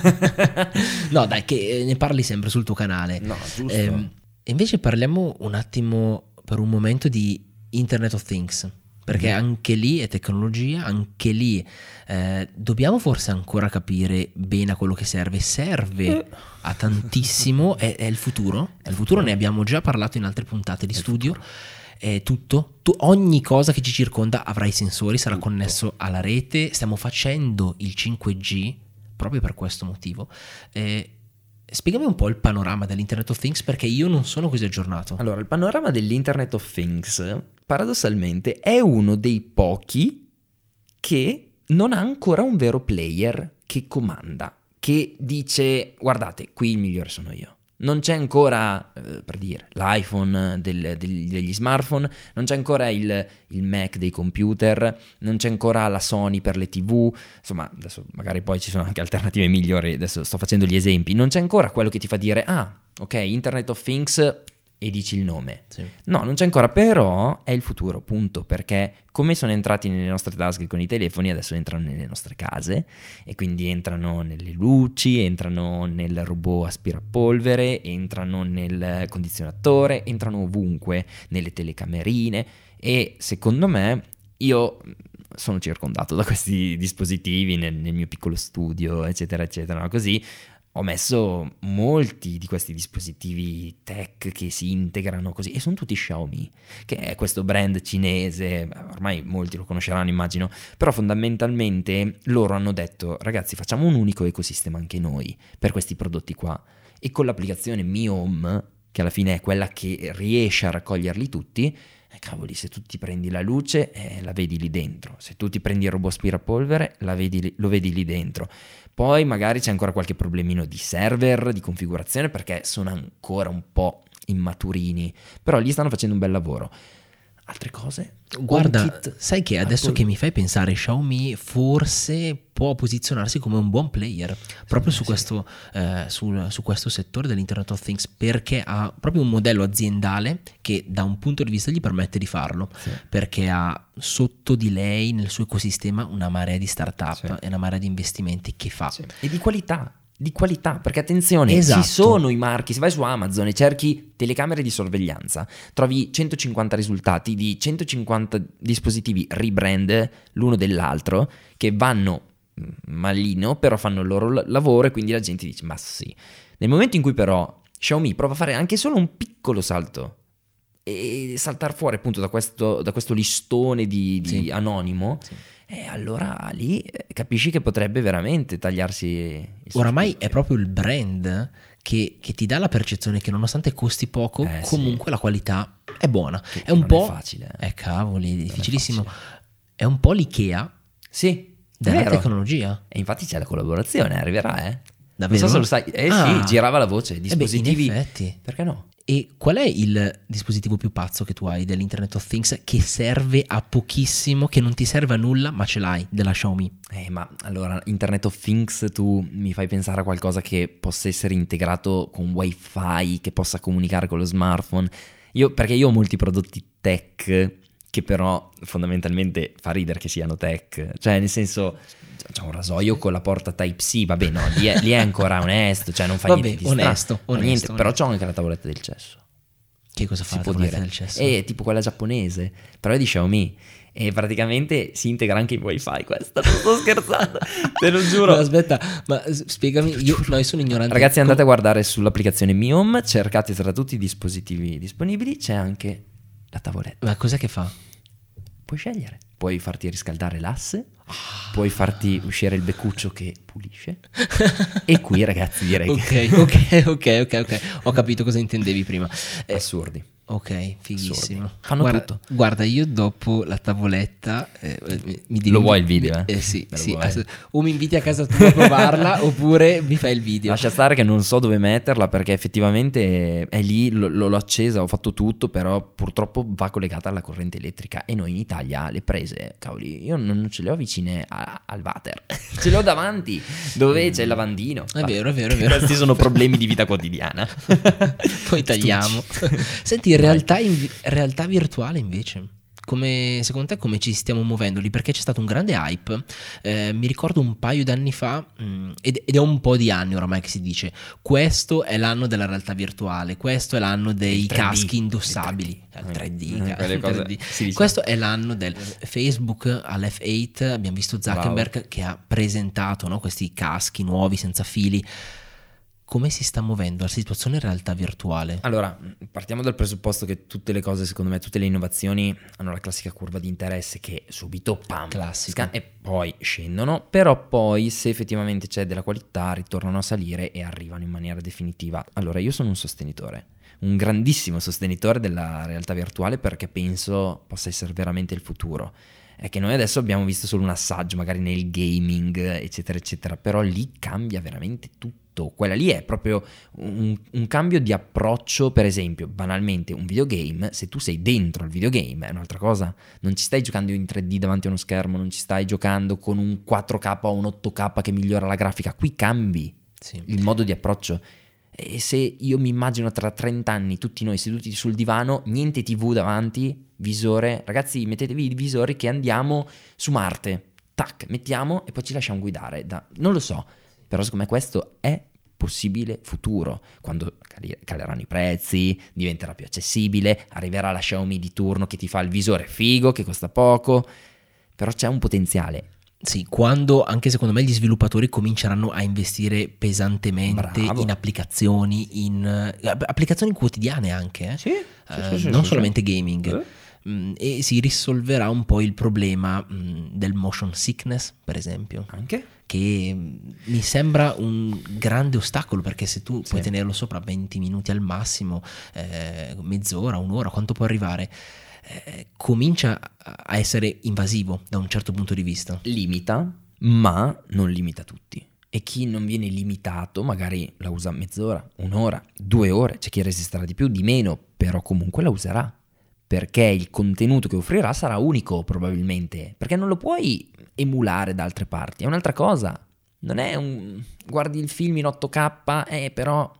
Speaker 2: ora.
Speaker 1: No, dai, che ne parli sempre sul tuo canale.
Speaker 2: No, giusto.
Speaker 1: Eh, invece parliamo un attimo per un momento di Internet of Things. Perché anche lì è tecnologia, anche lì eh, dobbiamo forse ancora capire bene a quello che serve. Serve a tantissimo, è, è il futuro. È il futuro, ne abbiamo già parlato in altre puntate di studio. È tutto, tu, ogni cosa che ci circonda avrà i sensori, sarà tutto connesso alla rete. Stiamo facendo il cinque G proprio per questo motivo. Eh, Spiegami un po' il panorama dell'Internet of Things perché io non sono così aggiornato.
Speaker 2: Allora, il panorama dell'Internet of Things paradossalmente è uno dei pochi che non ha ancora un vero player che comanda, che dice guardate, qui il migliore sono io. Non c'è ancora, eh, per dire, l'iPhone del, del, degli smartphone, non c'è ancora il, il Mac dei computer, non c'è ancora la Sony per le tivù, insomma, adesso magari poi ci sono anche alternative migliori, adesso sto facendo gli esempi, non c'è ancora quello che ti fa dire, ah, ok, Internet of Things e dici il nome.
Speaker 1: Sì.
Speaker 2: No, non c'è ancora, però è il futuro, punto, perché come sono entrati nelle nostre tasche con i telefoni, adesso entrano nelle nostre case e quindi entrano nelle luci, entrano nel robot aspirapolvere, entrano nel condizionatore, entrano ovunque, nelle telecamerine e secondo me io sono circondato da questi dispositivi nel, nel mio piccolo studio, eccetera, eccetera, no? Così ho messo molti di questi dispositivi tech che si integrano così e sono tutti Xiaomi, che è questo brand cinese, ormai molti lo conosceranno immagino, però fondamentalmente loro hanno detto ragazzi facciamo un unico ecosistema anche noi per questi prodotti qua e con l'applicazione Mi Home, che alla fine è quella che riesce a raccoglierli tutti, eh, cavoli, se tu ti prendi la luce eh, la vedi lì dentro, se tu ti prendi il robot aspirapolvere la vedi, lo vedi lì dentro. Poi magari c'è ancora qualche problemino di server, di configurazione, perché sono ancora un po' immaturini, però lì stanno facendo un bel lavoro. Altre cose?
Speaker 1: Guarda,
Speaker 2: HomeKit,
Speaker 1: sai che adesso
Speaker 2: Apple.
Speaker 1: Che mi fai pensare, Xiaomi forse può posizionarsi come un buon player proprio su,
Speaker 2: sì.
Speaker 1: questo, eh, sul, su questo settore dell'Internet of Things, perché ha proprio un modello aziendale che da un punto di vista gli permette di farlo,
Speaker 2: Sì.
Speaker 1: perché ha sotto di lei nel suo ecosistema una marea di startup
Speaker 2: Sì.
Speaker 1: e una marea di investimenti che fa.
Speaker 2: Sì. E di qualità. di qualità, perché attenzione,
Speaker 1: Esatto.
Speaker 2: ci sono i marchi, se vai su Amazon e cerchi telecamere di sorveglianza, trovi centocinquanta risultati di centocinquanta dispositivi rebrand l'uno dell'altro che vanno malino, però fanno il loro lavoro e quindi la gente dice ma sì. Nel momento in cui però Xiaomi prova a fare anche solo un piccolo salto e saltare fuori appunto da questo, da questo listone di, di
Speaker 1: Sì.
Speaker 2: anonimo,
Speaker 1: Sì.
Speaker 2: e allora lì capisci che potrebbe veramente tagliarsi il
Speaker 1: Oramai
Speaker 2: sospetto.
Speaker 1: è proprio il brand che, che ti dà la percezione che nonostante costi poco,
Speaker 2: Eh,
Speaker 1: comunque
Speaker 2: sì.
Speaker 1: la qualità è buona.
Speaker 2: Che
Speaker 1: È un
Speaker 2: non
Speaker 1: po'...
Speaker 2: è facile.
Speaker 1: Eh cavoli, è
Speaker 2: Non è
Speaker 1: difficilissimo.
Speaker 2: facile.
Speaker 1: È un po' l'IKEA
Speaker 2: Sì,
Speaker 1: della
Speaker 2: vero.
Speaker 1: tecnologia.
Speaker 2: E infatti c'è la collaborazione, arriverà, eh?
Speaker 1: Davvero?
Speaker 2: Non so se lo sai. Eh
Speaker 1: Ah.
Speaker 2: sì, girava la voce,
Speaker 1: Eh beh,
Speaker 2: dispositivi.
Speaker 1: in effetti.
Speaker 2: Perché no?
Speaker 1: E qual è il dispositivo più pazzo che tu hai dell'Internet of Things che serve a pochissimo, che non ti serve a nulla, ma ce l'hai, della Xiaomi?
Speaker 2: Eh, ma allora, Internet of Things, tu mi fai pensare a qualcosa che possa essere integrato con Wi-Fi, che possa comunicare con lo smartphone. Io, perché io ho molti prodotti tech che però fondamentalmente fa ridere che siano tech. Cioè, nel senso, c'è un rasoio con la porta Type-C, vabbè, no, lì è, lì è ancora onesto, cioè non fa
Speaker 1: Vabbè,
Speaker 2: niente di strano.
Speaker 1: onesto,
Speaker 2: Fa
Speaker 1: onesto,
Speaker 2: niente, però
Speaker 1: onesto.
Speaker 2: c'ho anche la tavoletta del cesso.
Speaker 1: Che cosa fa
Speaker 2: Si
Speaker 1: la
Speaker 2: può
Speaker 1: tavoletta
Speaker 2: dire.
Speaker 1: del cesso?
Speaker 2: È tipo quella giapponese, però è di Xiaomi e praticamente si integra anche in Wi-Fi questa, non sto scherzando, te lo giuro.
Speaker 1: No, aspetta, ma s- spiegami, io, no, io sono ignorante.
Speaker 2: Ragazzi, andate
Speaker 1: Com-
Speaker 2: a guardare sull'applicazione Mi Home, cercate tra tutti i dispositivi disponibili, c'è anche la tavoletta.
Speaker 1: Ma cos'è che fa?
Speaker 2: Puoi scegliere, puoi farti riscaldare l'asse, puoi farti uscire il beccuccio che pulisce. E qui, ragazzi, direi che
Speaker 1: Ok, ok, ok, ok, ok. Ho capito cosa intendevi prima. Eh,
Speaker 2: assurdi.
Speaker 1: ok, fighissimo.
Speaker 2: Assurdi. Fanno
Speaker 1: guarda,
Speaker 2: tutto.
Speaker 1: Guarda, io dopo la tavoletta eh, mi- mi devi
Speaker 2: Lo vuoi il video, eh?
Speaker 1: Eh sì,
Speaker 2: Me lo
Speaker 1: sì,
Speaker 2: vuoi?
Speaker 1: ass- o mi inviti a casa tua a provarla oppure mi fai il video.
Speaker 2: Lascia stare che non so dove metterla perché effettivamente è lì, l- l'ho accesa, ho fatto tutto, però purtroppo va collegata alla corrente elettrica e noi in Italia le prese, cavoli, io non ce le ho vicine a- al water, ce le ho davanti, dove c'è il lavandino.
Speaker 1: È vero, è vero, è vero.
Speaker 2: Questi sono problemi di vita quotidiana.
Speaker 1: Poi tagliamo. Senti, in realtà, in realtà virtuale invece, come, secondo te come ci stiamo muovendo lì? Perché c'è stato un grande hype, eh, mi ricordo un paio d'anni fa, mh, ed, ed è un po' di anni oramai che si dice, questo è l'anno della realtà virtuale, questo è l'anno dei
Speaker 2: Il tre D,
Speaker 1: caschi indossabili,
Speaker 2: il
Speaker 1: il tre D,
Speaker 2: Eh,
Speaker 1: ca-
Speaker 2: quelle
Speaker 1: il
Speaker 2: cose
Speaker 1: tre D.
Speaker 2: si dice.
Speaker 1: Questo è l'anno del Facebook all'F otto, abbiamo visto Zuckerberg che ha presentato, no, questi caschi nuovi senza fili. Come si sta muovendo la situazione in realtà virtuale?
Speaker 2: Allora, partiamo dal presupposto che tutte le cose, secondo me, tutte le innovazioni hanno la classica curva di interesse che subito pam,
Speaker 1: Classico.
Speaker 2: scan- e poi scendono, però poi se effettivamente c'è della qualità ritornano a salire e arrivano in maniera definitiva. Allora, io sono un sostenitore, un grandissimo sostenitore della realtà virtuale perché penso possa essere veramente il futuro. È che noi adesso abbiamo visto solo un assaggio, magari nel gaming, eccetera, eccetera, però lì cambia veramente tutto. Quella lì è proprio un, un cambio di approccio, per esempio, banalmente un videogame, se tu sei dentro al videogame è un'altra cosa, non ci stai giocando in tre D davanti a uno schermo, non ci stai giocando con un quattro K o un otto K che migliora la grafica, qui cambi
Speaker 1: Sì.
Speaker 2: il modo di approccio. E se io mi immagino tra trenta anni tutti noi seduti sul divano, niente tivù davanti, visore, ragazzi mettetevi i visori che andiamo su Marte, tac, mettiamo e poi ci lasciamo guidare, da... non lo so, però secondo me questo è possibile futuro, quando cali- caleranno i prezzi, diventerà più accessibile, arriverà la Xiaomi di turno che ti fa il visore figo, che costa poco, però c'è un potenziale.
Speaker 1: Sì, quando anche secondo me gli sviluppatori cominceranno a investire pesantemente
Speaker 2: Bravo.
Speaker 1: in applicazioni, in eh, applicazioni quotidiane anche, eh?
Speaker 2: Sì,
Speaker 1: Eh,
Speaker 2: sì, sì,
Speaker 1: non
Speaker 2: sì,
Speaker 1: solamente
Speaker 2: sì.
Speaker 1: gaming.
Speaker 2: Eh.
Speaker 1: Mm, e si risolverà un po' il problema mm, del motion sickness, per esempio,
Speaker 2: Anche?
Speaker 1: che mm, mi sembra un grande ostacolo perché se tu puoi
Speaker 2: Sì.
Speaker 1: tenerlo sopra venti minuti al massimo, eh, mezz'ora, un'ora, quanto può arrivare, eh, comincia a a essere invasivo da un certo punto di vista.
Speaker 2: Limita, ma non limita tutti. E chi non viene limitato magari la usa mezz'ora, un'ora, due ore, c'è chi resisterà di più, di meno, però comunque la userà. Perché il contenuto che offrirà sarà unico probabilmente, perché non lo puoi emulare da altre parti, è un'altra cosa. Non è un... guardi il film in otto K, eh, però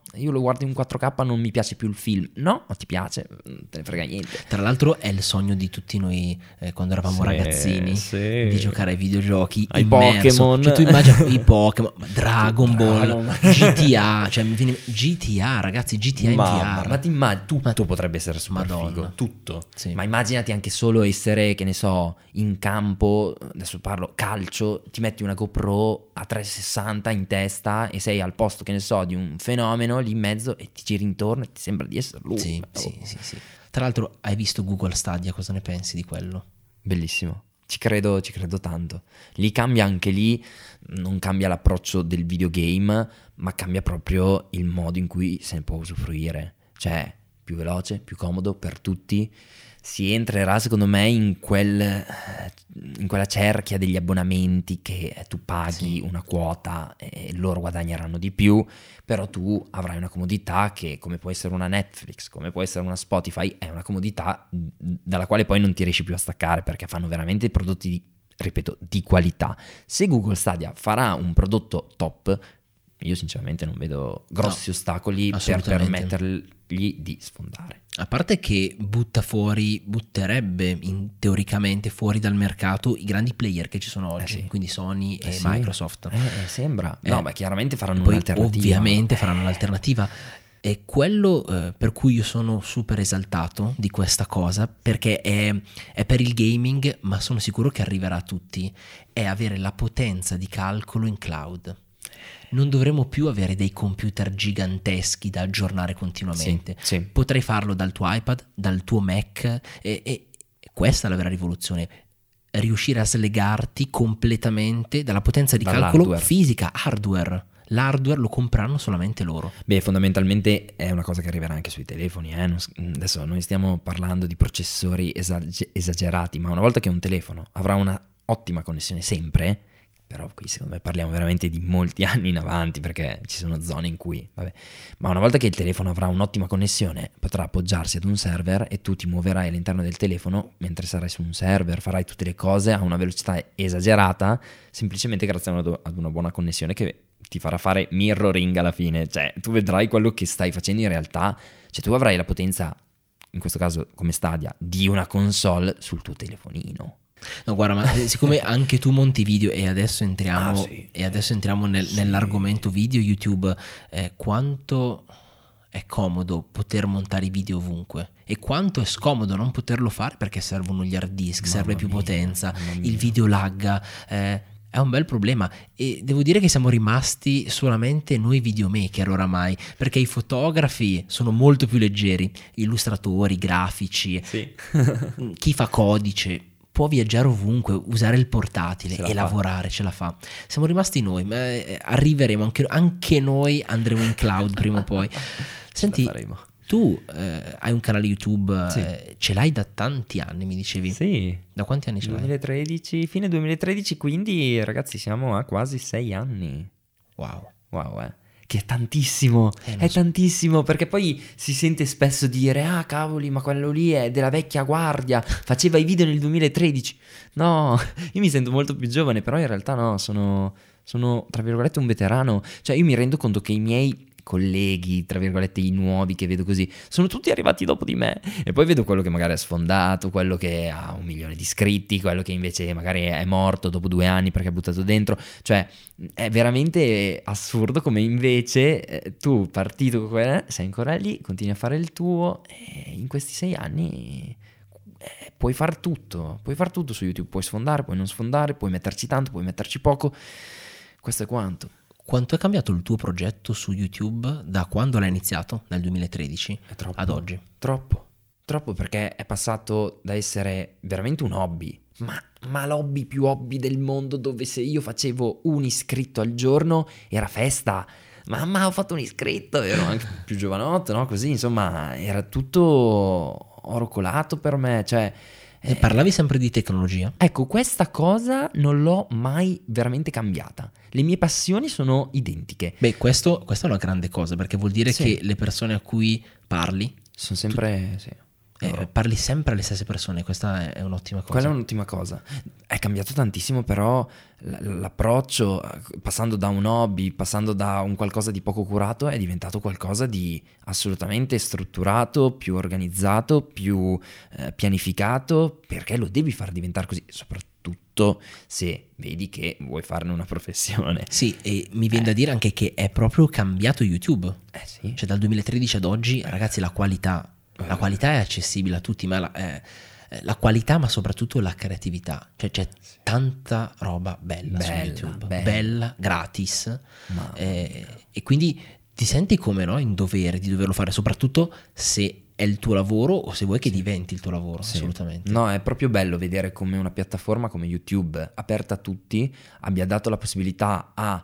Speaker 2: io lo guardo in quattro K, non mi piace più il film. No, ti piace, non te ne frega niente.
Speaker 1: Tra l'altro è il sogno di tutti noi eh, quando eravamo
Speaker 2: Sì,
Speaker 1: ragazzini,
Speaker 2: sì.
Speaker 1: di giocare ai videogiochi,
Speaker 2: Ai
Speaker 1: immerso.
Speaker 2: Pokémon.
Speaker 1: Cioè tu immagini i Pokémon, Dragon Ball,
Speaker 2: Dragon.
Speaker 1: G T A, cioè mi viene G T A, ragazzi, G T A in
Speaker 2: Mamma,
Speaker 1: V R.
Speaker 2: ma ti immagini, tutto potrebbe essere super
Speaker 1: Madonna.
Speaker 2: figo, tutto.
Speaker 1: Sì.
Speaker 2: Ma immaginati anche solo essere, che ne so, in campo, adesso parlo calcio, ti metti una GoPro a trecentosessanta in testa e sei al posto, che ne so, di un fenomeno lì in mezzo e ti giri intorno e ti sembra di essere lui.
Speaker 1: Sì,
Speaker 2: Oh.
Speaker 1: sì, sì, sì. Tra l'altro hai visto Google Stadia, cosa ne pensi di quello?
Speaker 2: Bellissimo, ci credo, ci credo tanto. Lì cambia anche lì, non cambia l'approccio del videogame, ma cambia proprio il modo in cui se ne può usufruire. Cioè, più veloce, più comodo per tutti. Si entrerà secondo me in quel in quella cerchia degli abbonamenti che tu paghi
Speaker 1: Sì.
Speaker 2: una quota e loro guadagneranno di più, però tu avrai una comodità che, come può essere una Netflix, come può essere una Spotify, è una comodità dalla quale poi non ti riesci più a staccare, perché fanno veramente prodotti di, ripeto, di qualità. Se Google Stadia farà un prodotto top, io sinceramente non vedo grossi
Speaker 1: No,
Speaker 2: ostacoli per
Speaker 1: assolutamente.
Speaker 2: permettergli di sfondare.
Speaker 1: A parte che butta fuori, butterebbe in, teoricamente fuori dal mercato i grandi player che ci sono oggi,
Speaker 2: sì.
Speaker 1: quindi Sony
Speaker 2: Eh
Speaker 1: e
Speaker 2: sì.
Speaker 1: Microsoft.
Speaker 2: Eh, eh, sembra.
Speaker 1: Eh,
Speaker 2: no, ma chiaramente faranno
Speaker 1: Poi
Speaker 2: un'alternativa.
Speaker 1: ovviamente
Speaker 2: Eh.
Speaker 1: faranno un'alternativa. E quello eh, per cui io sono super esaltato di questa cosa, perché è, è per il gaming, ma sono sicuro che arriverà a tutti, è avere la potenza di calcolo in cloud. Non dovremo più avere dei computer giganteschi da aggiornare continuamente.
Speaker 2: Sì, sì.
Speaker 1: Potrai farlo dal tuo iPad, dal tuo Mac, e, e questa è la vera rivoluzione. Riuscire a slegarti completamente dalla potenza di calcolo
Speaker 2: Dall'hardware.
Speaker 1: fisica, hardware. L'hardware lo compreranno solamente loro.
Speaker 2: Beh, fondamentalmente è una cosa che arriverà anche sui telefoni. Eh? Non s- Adesso noi stiamo parlando di processori esag- esagerati, ma una volta che un telefono avrà una ottima connessione sempre, però qui secondo me parliamo veramente di molti anni in avanti, perché ci sono zone in cui, vabbè, ma una volta che il telefono avrà un'ottima connessione, potrà appoggiarsi ad un server e tu ti muoverai all'interno del telefono mentre sarai su un server, farai tutte le cose a una velocità esagerata, semplicemente grazie a una, ad una buona connessione che ti farà fare mirroring alla fine. Cioè, tu vedrai quello che stai facendo in realtà, cioè tu avrai la potenza, in questo caso come Stadia, di una console sul tuo telefonino.
Speaker 1: No, guarda, ma eh, siccome anche tu monti video e adesso entriamo,
Speaker 2: Ah, sì.
Speaker 1: e adesso entriamo nel-
Speaker 2: Sì.
Speaker 1: nell'argomento video YouTube, eh, quanto è comodo poter montare i video ovunque e quanto è scomodo non poterlo fare perché servono gli hard disk,
Speaker 2: Mamma
Speaker 1: serve più
Speaker 2: mia,
Speaker 1: potenza,
Speaker 2: mamma
Speaker 1: il
Speaker 2: mia.
Speaker 1: video lagga, eh, è un bel problema e devo dire che siamo rimasti solamente noi videomaker oramai, perché i fotografi sono molto più leggeri, illustratori, grafici,
Speaker 2: Sì.
Speaker 1: chi fa codice può viaggiare ovunque, usare il portatile
Speaker 2: Ce la
Speaker 1: e
Speaker 2: fa.
Speaker 1: lavorare, ce la fa. Siamo rimasti noi, ma eh, arriveremo, anche, anche noi andremo in cloud prima o poi. Senti,
Speaker 2: Ce la faremo.
Speaker 1: tu eh, hai un canale YouTube,
Speaker 2: Sì.
Speaker 1: eh, ce l'hai da tanti anni, mi dicevi.
Speaker 2: Sì.
Speaker 1: Da quanti anni ce l'hai?
Speaker 2: duemilatredici, fine duemilatredici, quindi ragazzi siamo a quasi sei anni.
Speaker 1: Wow.
Speaker 2: Wow, eh. Che è tantissimo,
Speaker 1: Eh, non
Speaker 2: è
Speaker 1: so.
Speaker 2: tantissimo, perché poi si sente spesso dire ah cavoli, ma quello lì è della vecchia guardia, faceva i video nel duemilatredici. No, io mi sento molto più giovane, però in realtà no, sono, sono tra virgolette un veterano. Cioè io mi rendo conto che i miei colleghi, tra virgolette i nuovi che vedo così, sono tutti arrivati dopo di me, e poi vedo quello che magari è sfondato, quello che ha un milione di iscritti, quello che invece magari è morto dopo due anni perché ha buttato dentro. Cioè è veramente assurdo come invece eh, tu partito con quella, sei ancora lì, continui a fare il tuo e in questi sei anni eh, puoi far tutto, puoi far tutto su YouTube, puoi sfondare, puoi non sfondare, puoi metterci tanto, puoi metterci poco, questo è quanto.
Speaker 1: Quanto è cambiato il tuo progetto su YouTube da quando l'hai iniziato, nel duemilatredici,
Speaker 2: È troppo.
Speaker 1: ad oggi?
Speaker 2: Troppo, troppo, perché è passato da essere veramente un hobby, ma, ma l'hobby più hobby del mondo, dove se io facevo un iscritto al giorno era festa. Mamma, ho fatto un iscritto, ero anche più giovanotto, no? Così, insomma, era tutto oro colato per me, cioè...
Speaker 1: E parlavi sempre di tecnologia?
Speaker 2: Ecco, questa cosa non l'ho mai veramente cambiata. Le mie passioni sono identiche.
Speaker 1: Beh, questo, questa è una grande cosa, perché vuol dire
Speaker 2: Sì.
Speaker 1: che le persone a cui parli
Speaker 2: Sono sempre... Sì.
Speaker 1: Eh,
Speaker 2: loro.
Speaker 1: parli sempre alle stesse persone, questa è, è un'ottima cosa.
Speaker 2: Quella è un'ottima cosa. È cambiato tantissimo però l- l'approccio, passando da un hobby, passando da un qualcosa di poco curato, è diventato qualcosa di assolutamente strutturato, più organizzato, più eh, pianificato, perché lo devi far diventare così, soprattutto se vedi che vuoi farne una professione.
Speaker 1: Sì, e mi viene
Speaker 2: Eh.
Speaker 1: da dire anche che è proprio cambiato YouTube.
Speaker 2: Eh sì.
Speaker 1: Cioè dal duemilatredici ad oggi, ragazzi, la qualità, la qualità è accessibile a tutti, ma la, eh, la qualità, ma soprattutto la creatività. Cioè c'è tanta roba bella, su
Speaker 2: Bella,
Speaker 1: YouTube,
Speaker 2: bella.
Speaker 1: bella, gratis,
Speaker 2: Ma-
Speaker 1: eh, e quindi ti senti come no, in dovere di doverlo fare, soprattutto se è il tuo lavoro o se vuoi che diventi il tuo lavoro,
Speaker 2: Sì.
Speaker 1: assolutamente.
Speaker 2: No, è proprio bello vedere come una piattaforma come YouTube, aperta a tutti, abbia dato la possibilità a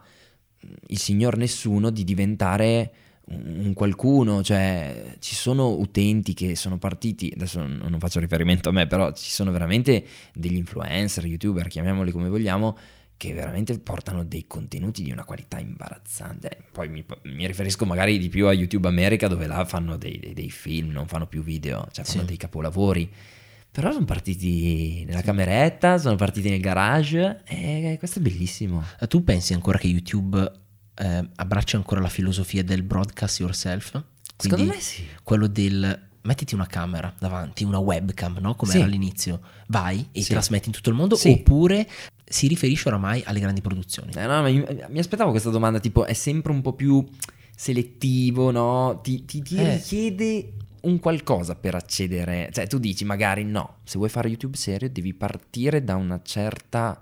Speaker 2: il signor nessuno di diventare un qualcuno. Cioè ci sono utenti che sono partiti, adesso non faccio riferimento a me, però ci sono veramente degli influencer, youtuber, chiamiamoli come vogliamo, che veramente portano dei contenuti di una qualità imbarazzante. Poi mi, mi riferisco magari di più a YouTube America, dove là fanno dei, dei, dei film, non fanno più video, cioè fanno
Speaker 1: Sì.
Speaker 2: dei capolavori. Però sono partiti nella cameretta, sono partiti nel garage e questo è bellissimo.
Speaker 1: Tu pensi ancora che YouTube eh, abbraccia ancora la filosofia del broadcast yourself?
Speaker 2: Secondo
Speaker 1: Quindi
Speaker 2: me sì.
Speaker 1: quello del mettiti una camera davanti, una webcam, no? Come
Speaker 2: Sì.
Speaker 1: era all'inizio, vai e
Speaker 2: Sì.
Speaker 1: trasmetti in tutto il mondo,
Speaker 2: Sì.
Speaker 1: oppure si riferisce oramai alle grandi produzioni?
Speaker 2: Eh, no, mi, mi aspettavo questa domanda, tipo è sempre un po' più selettivo, no? Ti, ti, ti
Speaker 1: Eh.
Speaker 2: richiede un qualcosa per accedere, cioè tu dici magari no, se vuoi fare YouTube serio devi partire da una certa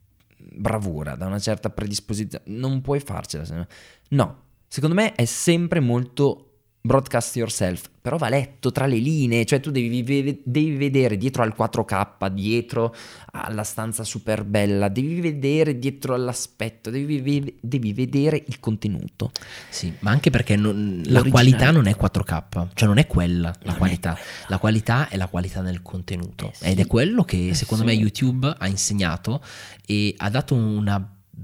Speaker 2: bravura, da una certa predisposizione, non puoi farcela, se no. No, secondo me è sempre molto broadcast yourself, però va letto tra le linee, cioè tu devi, ve- devi vedere dietro al quattro K, dietro alla stanza super bella, devi vedere dietro all'aspetto, devi, ve- devi vedere il contenuto.
Speaker 1: Sì, ma anche perché non- la
Speaker 2: L'originalità.
Speaker 1: qualità non è quattro K, cioè non è quella la
Speaker 2: Non è
Speaker 1: qualità.
Speaker 2: quella.
Speaker 1: La qualità è la qualità del contenuto,
Speaker 2: Eh sì.
Speaker 1: ed è quello che
Speaker 2: Eh
Speaker 1: secondo
Speaker 2: sì.
Speaker 1: me YouTube ha insegnato e ha dato una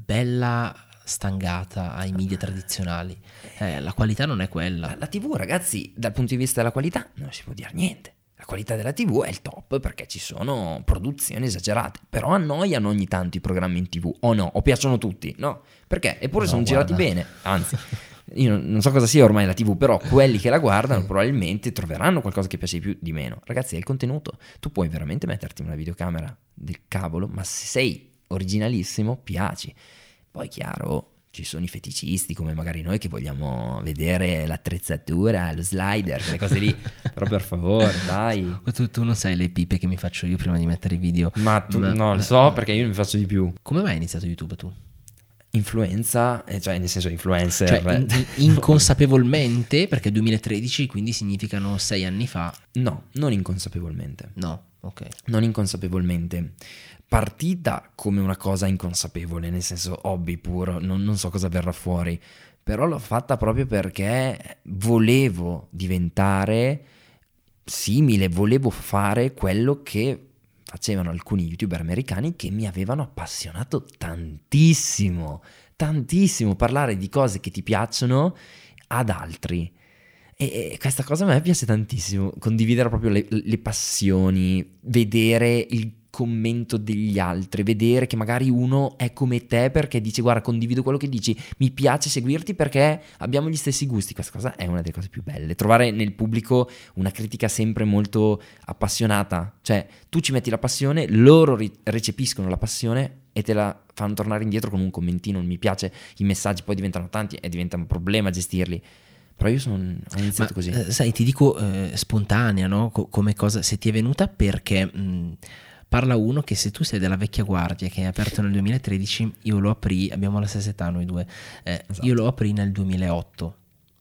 Speaker 1: bella stangata ai media tradizionali. Eh, la qualità non è quella.
Speaker 2: La, la tivù, ragazzi, dal punto di vista della qualità non si può dire niente. La qualità della tivù è il top perché ci sono produzioni esagerate, però annoiano ogni tanto i programmi in tivù, o no? O piacciono tutti? No, perché? Eppure
Speaker 1: No,
Speaker 2: sono girati
Speaker 1: guarda.
Speaker 2: bene, anzi... Io non- non so cosa sia ormai la tivù, però quelli che la guardano probabilmente troveranno qualcosa che piace di più di meno. Ragazzi, è il contenuto. Tu puoi veramente metterti una videocamera del cavolo, ma se sei originalissimo, piaci. Poi chiaro, ci sono i feticisti come magari noi che vogliamo vedere l'attrezzatura, lo slider, quelle cose lì. Però per favore, dai.
Speaker 1: Tu, tu non sai le pipe che mi faccio io prima di mettere i video.
Speaker 2: Ma tu no, lo so perché io ne faccio di più.
Speaker 1: Come mai hai iniziato YouTube tu?
Speaker 2: Influenza, eh, cioè nel senso influencer.
Speaker 1: Cioè in- in- inconsapevolmente, perché duemilatredici quindi significano sei anni fa.
Speaker 2: No, non inconsapevolmente.
Speaker 1: No, ok.
Speaker 2: Non inconsapevolmente. Partita come una cosa inconsapevole, nel senso hobby puro, non, non so cosa verrà fuori, però l'ho fatta proprio perché volevo diventare simile, volevo fare quello che facevano alcuni youtuber americani che mi avevano appassionato tantissimo, tantissimo, parlare di cose che ti piacciono ad altri. E questa cosa a me piace tantissimo, condividere proprio le, le passioni, vedere il commento degli altri, vedere che magari uno è come te perché dice guarda condivido quello che dici, mi piace seguirti perché abbiamo gli stessi gusti. Questa cosa è una delle cose più belle, trovare nel pubblico una critica sempre molto appassionata, cioè tu ci metti la passione, loro ri- recepiscono la passione e te la fanno tornare indietro con un commentino, un mi piace, i messaggi poi diventano tanti e diventa un problema gestirli. Però io sono, ho iniziato
Speaker 1: Ma,
Speaker 2: così.
Speaker 1: eh, sai, ti dico eh, spontanea, no? Co- come cosa, se ti è venuta, perché mh, parla uno che se tu sei della vecchia guardia, che è aperto nel duemilatredici, io lo aprì, abbiamo la stessa età noi due, eh,
Speaker 2: Esatto.
Speaker 1: io lo aprì nel duemilaotto.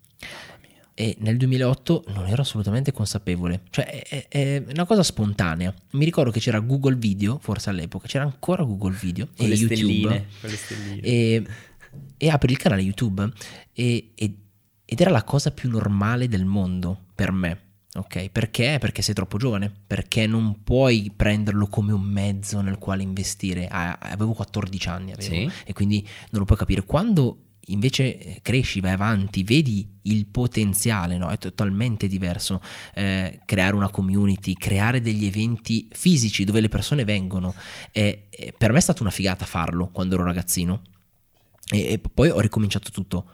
Speaker 1: E nel duemilaotto non ero assolutamente consapevole, cioè è, è una cosa spontanea. Mi ricordo che c'era Google Video, forse all'epoca c'era ancora Google Video
Speaker 2: Con
Speaker 1: e
Speaker 2: le
Speaker 1: YouTube,
Speaker 2: stelline, con le stelline.
Speaker 1: e, e apri il canale YouTube e, e- ed era la cosa più normale del mondo per me. Ok, perché? Perché sei troppo giovane, perché non puoi prenderlo come un mezzo nel quale investire. Ah, avevo quattordici anni avevo,
Speaker 2: Sì.
Speaker 1: e quindi non lo puoi capire. Quando invece cresci, vai avanti, vedi il potenziale, no? È totalmente diverso eh, creare una community, creare degli eventi fisici dove le persone vengono. E, e per me è stata una figata farlo quando ero ragazzino e, e poi ho ricominciato tutto.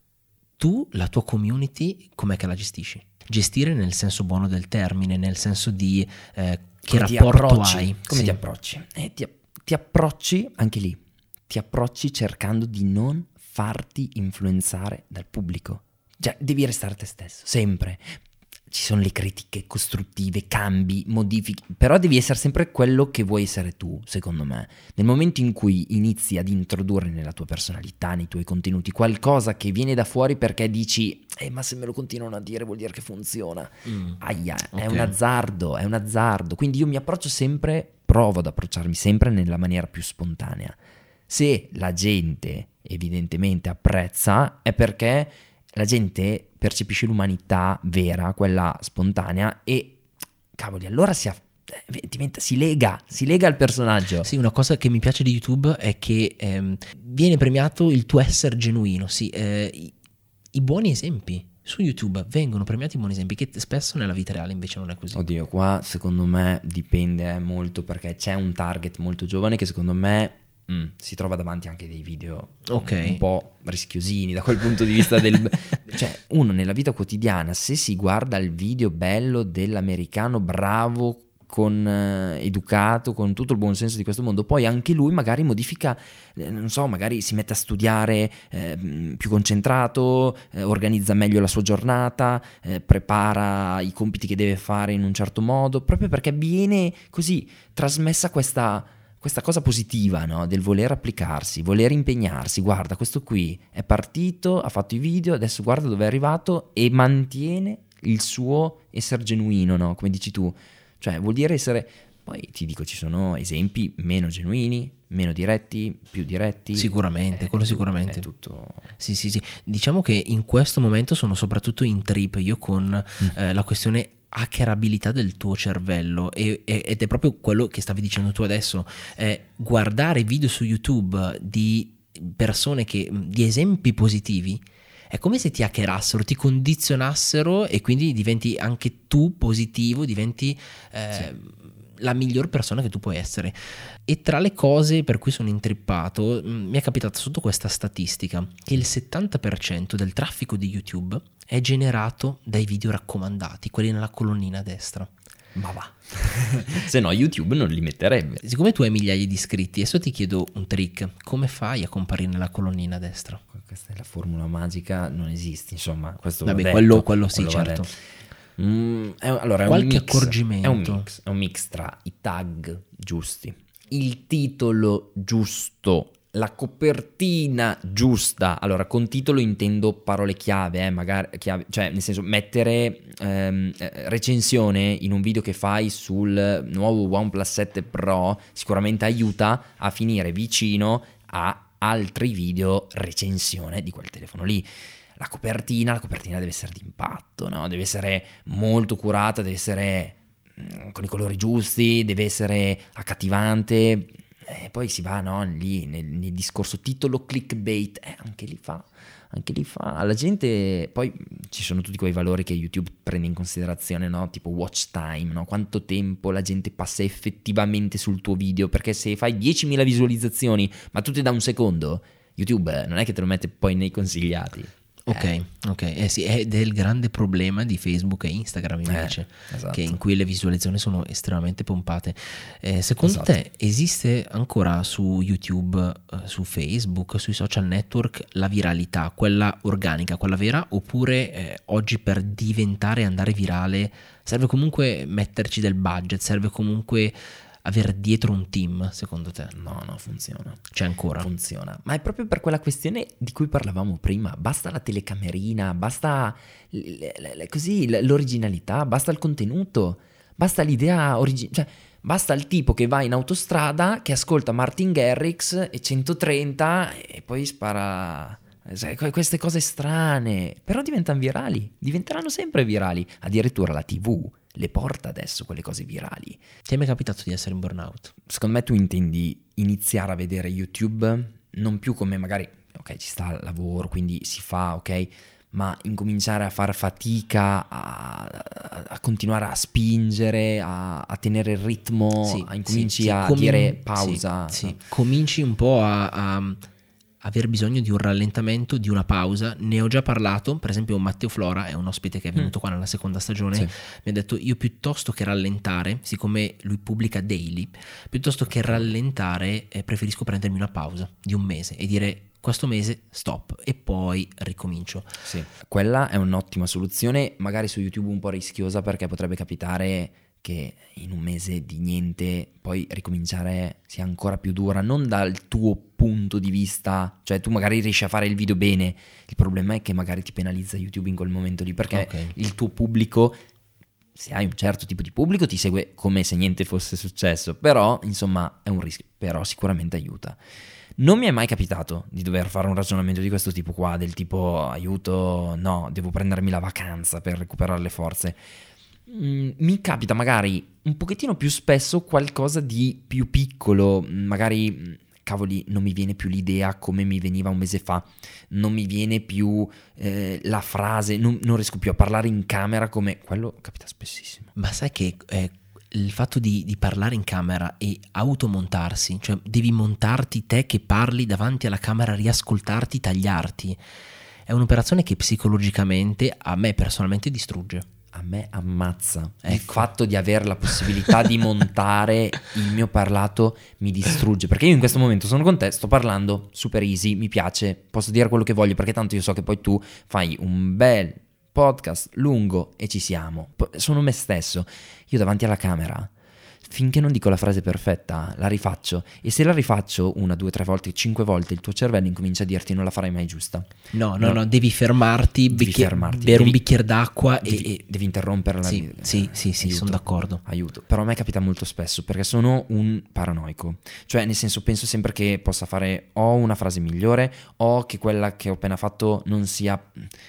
Speaker 1: Tu, la tua community, com'è che la gestisci? Gestire nel senso buono del termine, nel senso di eh, che
Speaker 2: Come ti
Speaker 1: rapporto
Speaker 2: approcci?
Speaker 1: hai?
Speaker 2: Come
Speaker 1: Sì.
Speaker 2: ti approcci? Eh, ti, ti approcci, anche lì, ti approcci cercando di non farti influenzare dal pubblico. Cioè, devi restare te stesso, sempre. Ci sono le critiche costruttive, cambi, modifiche, però devi essere sempre quello che vuoi essere tu, secondo me. Nel momento in cui inizi ad introdurre nella tua personalità, nei tuoi contenuti, qualcosa che viene da fuori perché dici eh, ma se me lo continuano a dire vuol dire che funziona. Mm. Aia, okay. È un azzardo, è un azzardo. Quindi io mi approccio sempre, provo ad approcciarmi sempre nella maniera più spontanea. Se la gente evidentemente apprezza, è perché la gente percepisce l'umanità vera, quella spontanea, e cavoli, allora si, aff- diventa, si lega, si lega al personaggio.
Speaker 1: Sì, una cosa che mi piace di YouTube è che ehm, viene premiato il tuo essere genuino, sì, eh, i, i buoni esempi. Su YouTube vengono premiati i buoni esempi, che spesso nella vita reale invece non è così.
Speaker 2: Oddio, qua secondo me dipende molto, perché c'è un target molto giovane che secondo me Mm, si trova davanti anche dei video
Speaker 1: okay.
Speaker 2: un, un po' rischiosini da quel punto di vista del cioè uno nella vita quotidiana, se si guarda il video bello dell'americano bravo, con eh, educato, con tutto il buon senso di questo mondo, poi anche lui magari modifica, eh, non so, magari si mette a studiare eh, più concentrato, eh, organizza meglio la sua giornata, eh, prepara i compiti che deve fare in un certo modo, proprio perché viene così trasmessa questa questa cosa positiva, no? Del voler applicarsi, voler impegnarsi. Guarda, questo qui è partito, ha fatto i video, adesso guarda dove è arrivato, e mantiene il suo essere genuino, no? Come dici tu. Cioè, vuol dire essere... Poi ti dico, ci sono esempi meno genuini, meno diretti, più diretti.
Speaker 1: Sicuramente,
Speaker 2: è
Speaker 1: quello
Speaker 2: tutto,
Speaker 1: sicuramente.
Speaker 2: È tutto...
Speaker 1: Sì, sì, sì. Diciamo che in questo momento sono soprattutto in trip io con mm. eh, la questione hackerabilità del tuo cervello, e, e, ed è proprio quello che stavi dicendo tu adesso. Eh, guardare video su YouTube di persone che di esempi positivi è come se ti hackerassero, ti condizionassero, e quindi diventi anche tu positivo, diventi eh, sì. la miglior persona che tu puoi essere. E tra le cose per cui sono intrippato, mh, mi è capitato sotto questa statistica che il settanta per cento del traffico di YouTube è generato dai video raccomandati, quelli nella colonnina a destra.
Speaker 2: Ma va. Se no YouTube non li metterebbe.
Speaker 1: Siccome tu hai migliaia di iscritti, adesso ti chiedo un trick: come fai a comparire nella colonnina a destra?
Speaker 2: Questa è la formula magica, non esiste, insomma. Questo
Speaker 1: Vabbè,
Speaker 2: detto,
Speaker 1: quello, quello sì,
Speaker 2: quello
Speaker 1: certo.
Speaker 2: Mm, è, allora, è
Speaker 1: Qualche
Speaker 2: un mix,
Speaker 1: accorgimento?
Speaker 2: È un mix, è un mix tra i tag giusti, il titolo giusto, la copertina giusta. Allora, con titolo intendo parole chiave, eh, magari chiave, cioè nel senso mettere ehm, recensione in un video che fai sul nuovo OnePlus sette Pro sicuramente aiuta a finire vicino a altri video recensione di quel telefono lì. La copertina, la copertina deve essere d'impatto, no? Deve essere molto curata, deve essere mh, con i colori giusti, deve essere accattivante. E poi si va, no, lì nel, nel discorso titolo clickbait, eh, anche lì fa, anche lì fa. La gente, poi ci sono tutti quei valori che YouTube prende in considerazione, no? Tipo watch time, no? Quanto tempo la gente passa effettivamente sul tuo video, perché se fai diecimila visualizzazioni ma tutte da un secondo, YouTube non è che te lo mette poi nei consigliati.
Speaker 1: Ok, eh. ok, eh sì, è del grande problema di Facebook e Instagram invece,
Speaker 2: eh, esatto.
Speaker 1: che in cui le visualizzazioni sono estremamente pompate. Eh, secondo
Speaker 2: esatto.
Speaker 1: te esiste ancora su YouTube, eh, su Facebook, sui social network la viralità, quella organica, quella vera, oppure eh, oggi per diventare e andare virale serve comunque metterci del budget, serve comunque avere dietro un team, secondo te?
Speaker 2: No, no, funziona.
Speaker 1: C'è ancora?
Speaker 2: Funziona. Ma è proprio per quella questione di cui parlavamo prima. Basta la telecamerina, basta l- l- l- così l- l'originalità, basta il contenuto, basta l'idea originale. Cioè, basta il tipo che va in autostrada, che ascolta Martin Garrix e centotrenta e poi spara queste cose strane. Però diventano virali, diventeranno sempre virali. Addirittura la tivù le porta adesso quelle cose virali.
Speaker 1: Ti è mai capitato di essere in burnout?
Speaker 2: Secondo me tu intendi iniziare a vedere YouTube non più come magari ok, ci sta il lavoro, quindi si fa, ok, ma incominciare a far fatica a, a, a continuare a spingere, a, a tenere il ritmo,
Speaker 1: sì,
Speaker 2: a incominci
Speaker 1: sì, sì,
Speaker 2: a
Speaker 1: comin-
Speaker 2: dire pausa.
Speaker 1: Sì, sì. Cominci un po' a, a aver bisogno di un rallentamento, di una pausa. Ne ho già parlato, per esempio Matteo Flora è un ospite che è venuto mm. qua nella seconda stagione, sì. mi ha detto io piuttosto che rallentare, siccome lui pubblica daily, piuttosto che rallentare eh, preferisco prendermi una pausa di un mese e dire questo mese stop e poi ricomincio.
Speaker 2: Sì, quella è un'ottima soluzione, magari su YouTube un po' rischiosa perché potrebbe capitare che in un mese di niente poi ricominciare sia ancora più dura, non dal tuo punto di vista, cioè tu magari riesci a fare il video bene, il problema è che magari ti penalizza YouTube in quel momento lì perché okay. il tuo pubblico, se hai un certo tipo di pubblico, ti segue come se niente fosse successo, però insomma è un rischio, però sicuramente aiuta. Non mi è mai capitato di dover fare un ragionamento di questo tipo qua, del tipo aiuto, no, devo prendermi la vacanza per recuperare le forze. Mm, mi capita magari un pochettino più spesso qualcosa di più piccolo, magari, cavoli, non mi viene più l'idea come mi veniva un mese fa, non mi viene più eh, la frase, non, non riesco più a parlare in camera come... Quello capita spessissimo.
Speaker 1: Ma sai che... Eh... il fatto di, di parlare in camera e automontarsi, cioè devi montarti te che parli davanti alla camera, riascoltarti, tagliarti, è un'operazione che psicologicamente a me personalmente distrugge.
Speaker 2: A me ammazza. Ecco. Il fatto di avere la possibilità di montare il mio parlato mi distrugge, perché io in questo momento sono con te, sto parlando super easy, mi piace, posso dire quello che voglio perché tanto io so che poi tu fai un bel podcast lungo e ci siamo, sono me stesso. Io davanti alla camera, finché non dico la frase perfetta, la rifaccio, e se la rifaccio una, due, tre volte, cinque volte, il tuo cervello incomincia a dirti non la farai mai giusta.
Speaker 1: No, no, no, no devi fermarti,
Speaker 2: devi
Speaker 1: bicchier-
Speaker 2: fermarti
Speaker 1: bere
Speaker 2: devi,
Speaker 1: un bicchiere d'acqua
Speaker 2: devi,
Speaker 1: e, e
Speaker 2: devi interrompere la
Speaker 1: sì,
Speaker 2: vita.
Speaker 1: Sì, sì, sì, sono d'accordo.
Speaker 2: Aiuto, però a me capita molto spesso perché sono un paranoico, cioè nel senso penso sempre che possa fare o una frase migliore o che quella che ho appena fatto non sia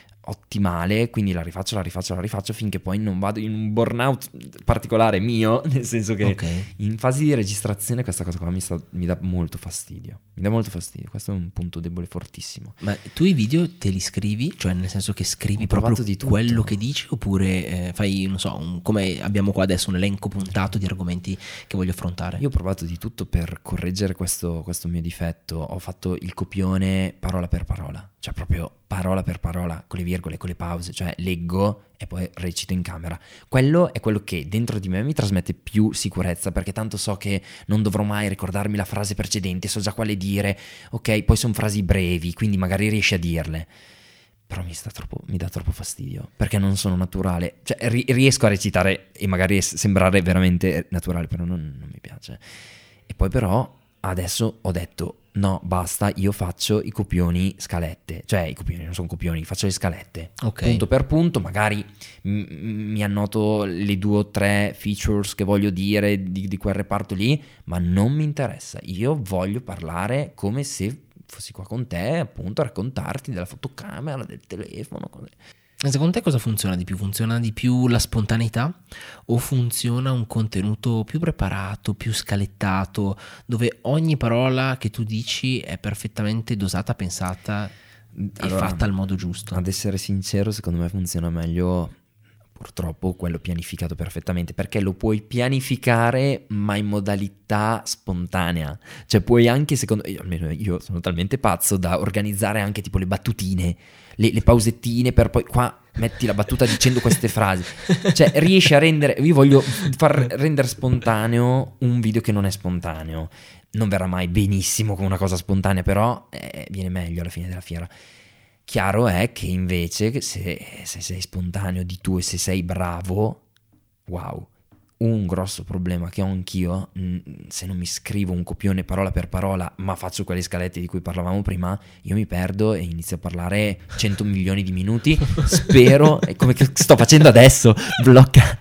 Speaker 2: ottimale, quindi la rifaccio, la rifaccio, la rifaccio finché poi non vado in un burnout particolare mio, nel senso che okay. in fase di registrazione questa cosa qua mi, sta, mi dà molto fastidio, mi dà molto fastidio, questo è un punto debole fortissimo.
Speaker 1: Ma tu i video te li scrivi? Cioè nel senso che scrivi proprio di quello che dici oppure eh, fai, non so, un, come abbiamo qua adesso un elenco puntato di argomenti che voglio affrontare?
Speaker 2: Io ho provato di tutto per correggere questo, questo mio difetto, ho fatto il copione parola per parola, cioè proprio parola per parola, con le virgole, con le pause, cioè leggo e poi recito in camera. Quello è quello che dentro di me mi trasmette più sicurezza, perché tanto so che non dovrò mai ricordarmi la frase precedente, so già quale dire, ok, poi sono frasi brevi, quindi magari riesci a dirle. Però mi, sta troppo, mi dà troppo fastidio, perché non sono naturale, cioè ri- riesco a recitare e magari sembrare veramente naturale, però non, non mi piace. E poi però adesso ho detto no, basta, io faccio i copioni scalette, cioè i copioni non sono copioni, faccio le scalette, okay. punto per punto, magari m- mi annoto le due o tre features che voglio dire di, di quel reparto lì, ma non mi interessa, io voglio parlare come se fossi qua con te, appunto, a raccontarti della fotocamera, del telefono, così.
Speaker 1: Secondo te cosa funziona di più? Funziona di più la spontaneità o funziona un contenuto più preparato, più scalettato, dove ogni parola che tu dici è perfettamente dosata, pensata e allora, fatta al modo giusto?
Speaker 2: Ad essere sincero, secondo me funziona meglio purtroppo quello pianificato perfettamente, perché lo puoi pianificare ma in modalità spontanea, cioè puoi anche, secondo io, almeno io sono talmente pazzo da organizzare anche tipo le battutine, le, le pausettine per poi qua metti la battuta dicendo queste frasi, cioè riesci a rendere, io voglio far rendere spontaneo un video che non è spontaneo, non verrà mai benissimo con una cosa spontanea, però eh, viene meglio alla fine della fiera. Chiaro è che invece se, se sei spontaneo di tu e se sei bravo, wow, un grosso problema che ho anch'io, se non mi scrivo un copione parola per parola ma faccio quelle scalette di cui parlavamo prima, io mi perdo e inizio a parlare cento milioni di minuti, spero, è come che sto facendo adesso, blocca.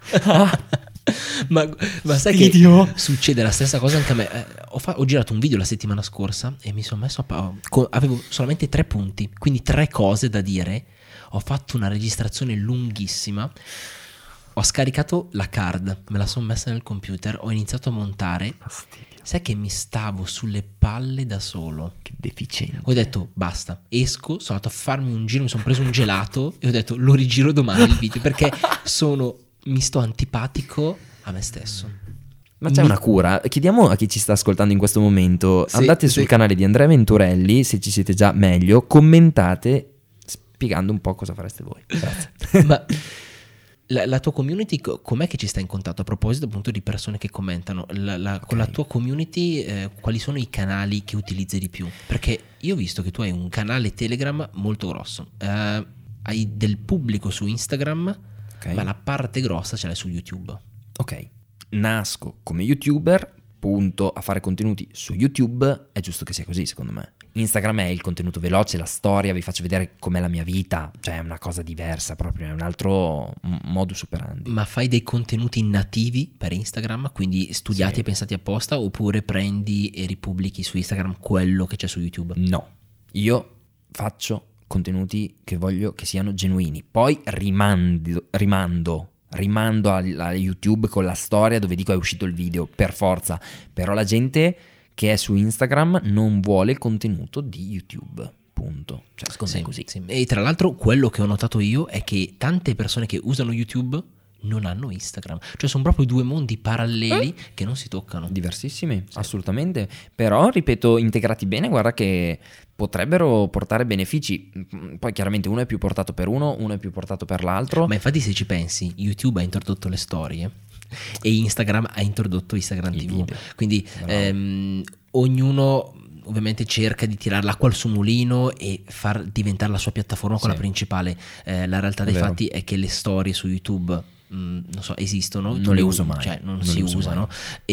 Speaker 1: Ma, ma sai video. Che succede la stessa cosa anche a me. Eh, ho, fa- ho girato un video la settimana scorsa e mi sono messo a pa- co- avevo solamente tre punti, quindi tre cose da dire. Ho fatto una registrazione lunghissima. Ho scaricato la card, me la sono messa nel computer, ho iniziato a montare.
Speaker 2: Fastidio.
Speaker 1: Sai che mi stavo sulle palle da solo.
Speaker 2: Che deficiente.
Speaker 1: Ho detto basta, esco, sono andato a farmi un giro, mi sono preso un gelato e ho detto lo rigiro domani il video perché sono, mi sto antipatico a me stesso.
Speaker 2: Ma c'è
Speaker 1: Mi-
Speaker 2: una cura? Chiediamo a chi ci sta ascoltando in questo momento,
Speaker 1: Sì,
Speaker 2: andate sul
Speaker 1: sì.
Speaker 2: canale di Andrea Venturelli, se ci siete già meglio, commentate spiegando un po' cosa fareste voi. Grazie.
Speaker 1: Ma la, la tua community co- com'è che ci sta in contatto? A proposito appunto di persone che commentano, la- la- con la tua community eh, quali sono i canali che utilizzi di più? Perché io ho visto che tu hai un canale Telegram molto grosso, eh, hai del pubblico su Instagram,
Speaker 2: Ok.
Speaker 1: ma la parte grossa ce l'hai su YouTube.
Speaker 2: Ok, nasco come YouTuber, punto a fare contenuti su YouTube, è giusto che sia così secondo me. Instagram è il contenuto veloce, la storia, vi faccio vedere com'è la mia vita, cioè è una cosa diversa proprio, è un altro m- modus operandi.
Speaker 1: Ma fai dei contenuti nativi per Instagram, quindi studiati
Speaker 2: Sì.
Speaker 1: e pensati apposta, oppure prendi e ripubblichi su Instagram quello che c'è su YouTube?
Speaker 2: No, io faccio contenuti che voglio che siano genuini, poi rimando, rimando, rimando a, a YouTube con la storia dove dico è uscito il video, per forza, però la gente che è su Instagram non vuole il contenuto di YouTube, punto. Cioè secondo me
Speaker 1: Sì,
Speaker 2: è così.
Speaker 1: sì. E tra l'altro quello che ho notato io è che tante persone che usano YouTube non hanno Instagram, cioè sono proprio due mondi paralleli che non si toccano.
Speaker 2: Diversissimi, assolutamente, però ripeto, integrati bene, guarda che potrebbero portare benefici. Poi chiaramente uno è più portato per uno, uno è più portato per l'altro.
Speaker 1: Ma infatti se ci pensi, YouTube ha introdotto le storie e Instagram ha introdotto Instagram
Speaker 2: I
Speaker 1: T V,
Speaker 2: video.
Speaker 1: quindi
Speaker 2: Bravo.
Speaker 1: ehm, ognuno ovviamente cerca di tirare l'acqua al suo mulino e far diventare la sua piattaforma quella
Speaker 2: Sì.
Speaker 1: principale. Eh, la realtà
Speaker 2: È
Speaker 1: dei
Speaker 2: vero.
Speaker 1: fatti è che le storie su YouTube mh, non so, esistono,
Speaker 2: Non
Speaker 1: tu
Speaker 2: le uso mai.
Speaker 1: cioè non,
Speaker 2: Non
Speaker 1: si
Speaker 2: le uso
Speaker 1: usano,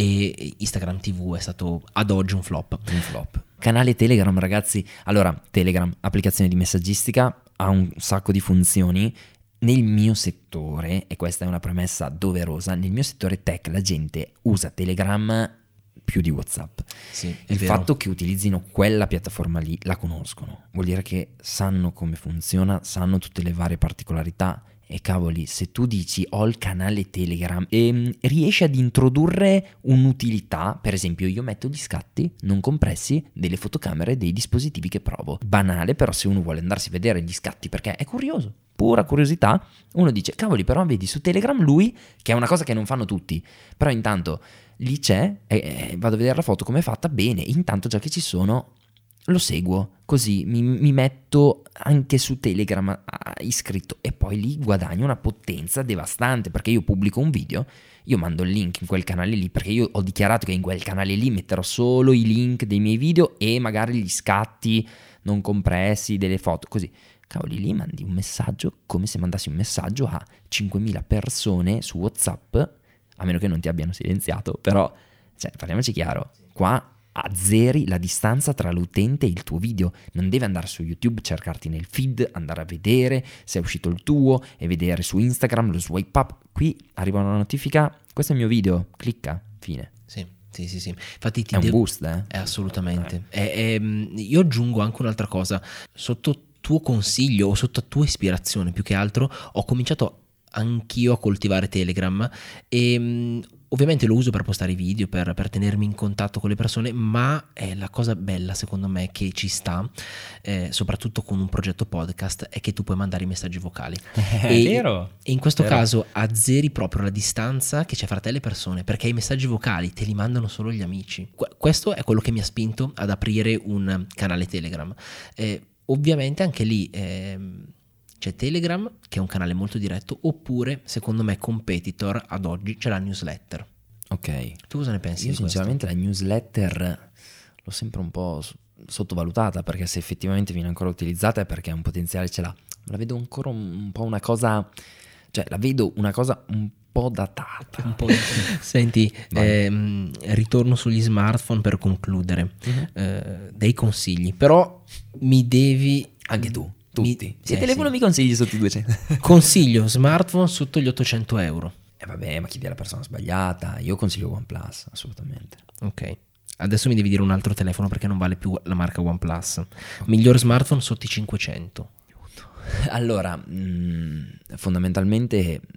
Speaker 1: e Instagram T V è stato ad oggi un flop.
Speaker 2: Un flop. Canale Telegram, ragazzi. Allora, Telegram, applicazione di messaggistica, ha un sacco di funzioni. Nel mio settore, e questa è una premessa doverosa, nel mio settore tech la gente usa Telegram più di WhatsApp.
Speaker 1: Sì, è
Speaker 2: Il
Speaker 1: vero.
Speaker 2: fatto che utilizzino quella piattaforma lì la conoscono, vuol dire che sanno come funziona, sanno tutte le varie particolarità. E cavoli, se tu dici ho il canale Telegram e riesci ad introdurre un'utilità, per esempio io metto gli scatti non compressi delle fotocamere dei dispositivi che provo. Banale, però se uno vuole andarsi a vedere gli scatti perché è curioso, pura curiosità, uno dice cavoli, però vedi su Telegram lui, che è una cosa che non fanno tutti, però intanto lì c'è e, e vado a vedere la foto come è fatta, bene, intanto già che ci sono lo seguo, così mi, mi metto anche su Telegram ah, iscritto e poi lì guadagno una potenza devastante, perché io pubblico un video, io mando il link in quel canale lì, perché io ho dichiarato che in quel canale lì metterò solo i link dei miei video e magari gli scatti non compressi delle foto, così. Cavoli, lì mandi un messaggio come se mandassi un messaggio a cinquemila persone su WhatsApp, a meno che non ti abbiano silenziato, però, cioè, parliamoci chiaro, qua azzeri la distanza tra l'utente e il tuo video. Non deve andare su YouTube, cercarti nel feed, andare a vedere se è uscito il tuo e vedere su Instagram lo swipe up. Qui arriva una notifica, questo è il mio video, clicca, fine.
Speaker 1: Sì, sì, sì, sì. Infatti ti
Speaker 2: È un
Speaker 1: devo-
Speaker 2: boost, eh?
Speaker 1: Eh, assolutamente. E- e, mh, io aggiungo anche un'altra cosa. Sotto tuo consiglio o sotto tua ispirazione, più che altro, ho cominciato anch'io a coltivare Telegram e mh, ovviamente lo uso per postare i video, per, per tenermi in contatto con le persone, ma è la cosa bella secondo me che ci sta, eh, soprattutto con un progetto podcast, è che tu puoi mandare i messaggi vocali.
Speaker 2: È
Speaker 1: E-
Speaker 2: vero.
Speaker 1: E in questo
Speaker 2: Vero.
Speaker 1: caso azzeri proprio la distanza che c'è fra te e le persone, perché i messaggi vocali te li mandano solo gli amici. Que- questo è quello che mi ha spinto ad aprire un canale Telegram. Eh, ovviamente anche lì ehm, c'è Telegram, che è un canale molto diretto, oppure secondo me competitor ad oggi c'è la newsletter.
Speaker 2: Ok.
Speaker 1: Tu cosa ne pensi
Speaker 2: Io
Speaker 1: di questo?
Speaker 2: sinceramente la newsletter l'ho sempre un po' s- sottovalutata, perché se effettivamente viene ancora utilizzata è perché un potenziale ce l'ha. La vedo ancora un, un po' una cosa, cioè la vedo una cosa un po' datata.
Speaker 1: Un po'. Senti,
Speaker 2: Vai.
Speaker 1: ehm, ritorno sugli smartphone per concludere.
Speaker 2: Mhm.
Speaker 1: Eh, dei consigli, però mi devi
Speaker 2: Anche tu,
Speaker 1: mi-
Speaker 2: tutti.
Speaker 1: sì,
Speaker 2: Se telefono
Speaker 1: sì.
Speaker 2: mi consigli sotto i duecento.
Speaker 1: Consiglio smartphone sotto gli ottocento euro.
Speaker 2: E vabbè, ma chiedi alla persona sbagliata. Io consiglio OnePlus, assolutamente.
Speaker 1: Ok. Adesso mi devi dire un altro telefono perché non vale più la marca OnePlus. Miglior smartphone sotto i cinquecento.
Speaker 2: Allora, mh, fondamentalmente mh,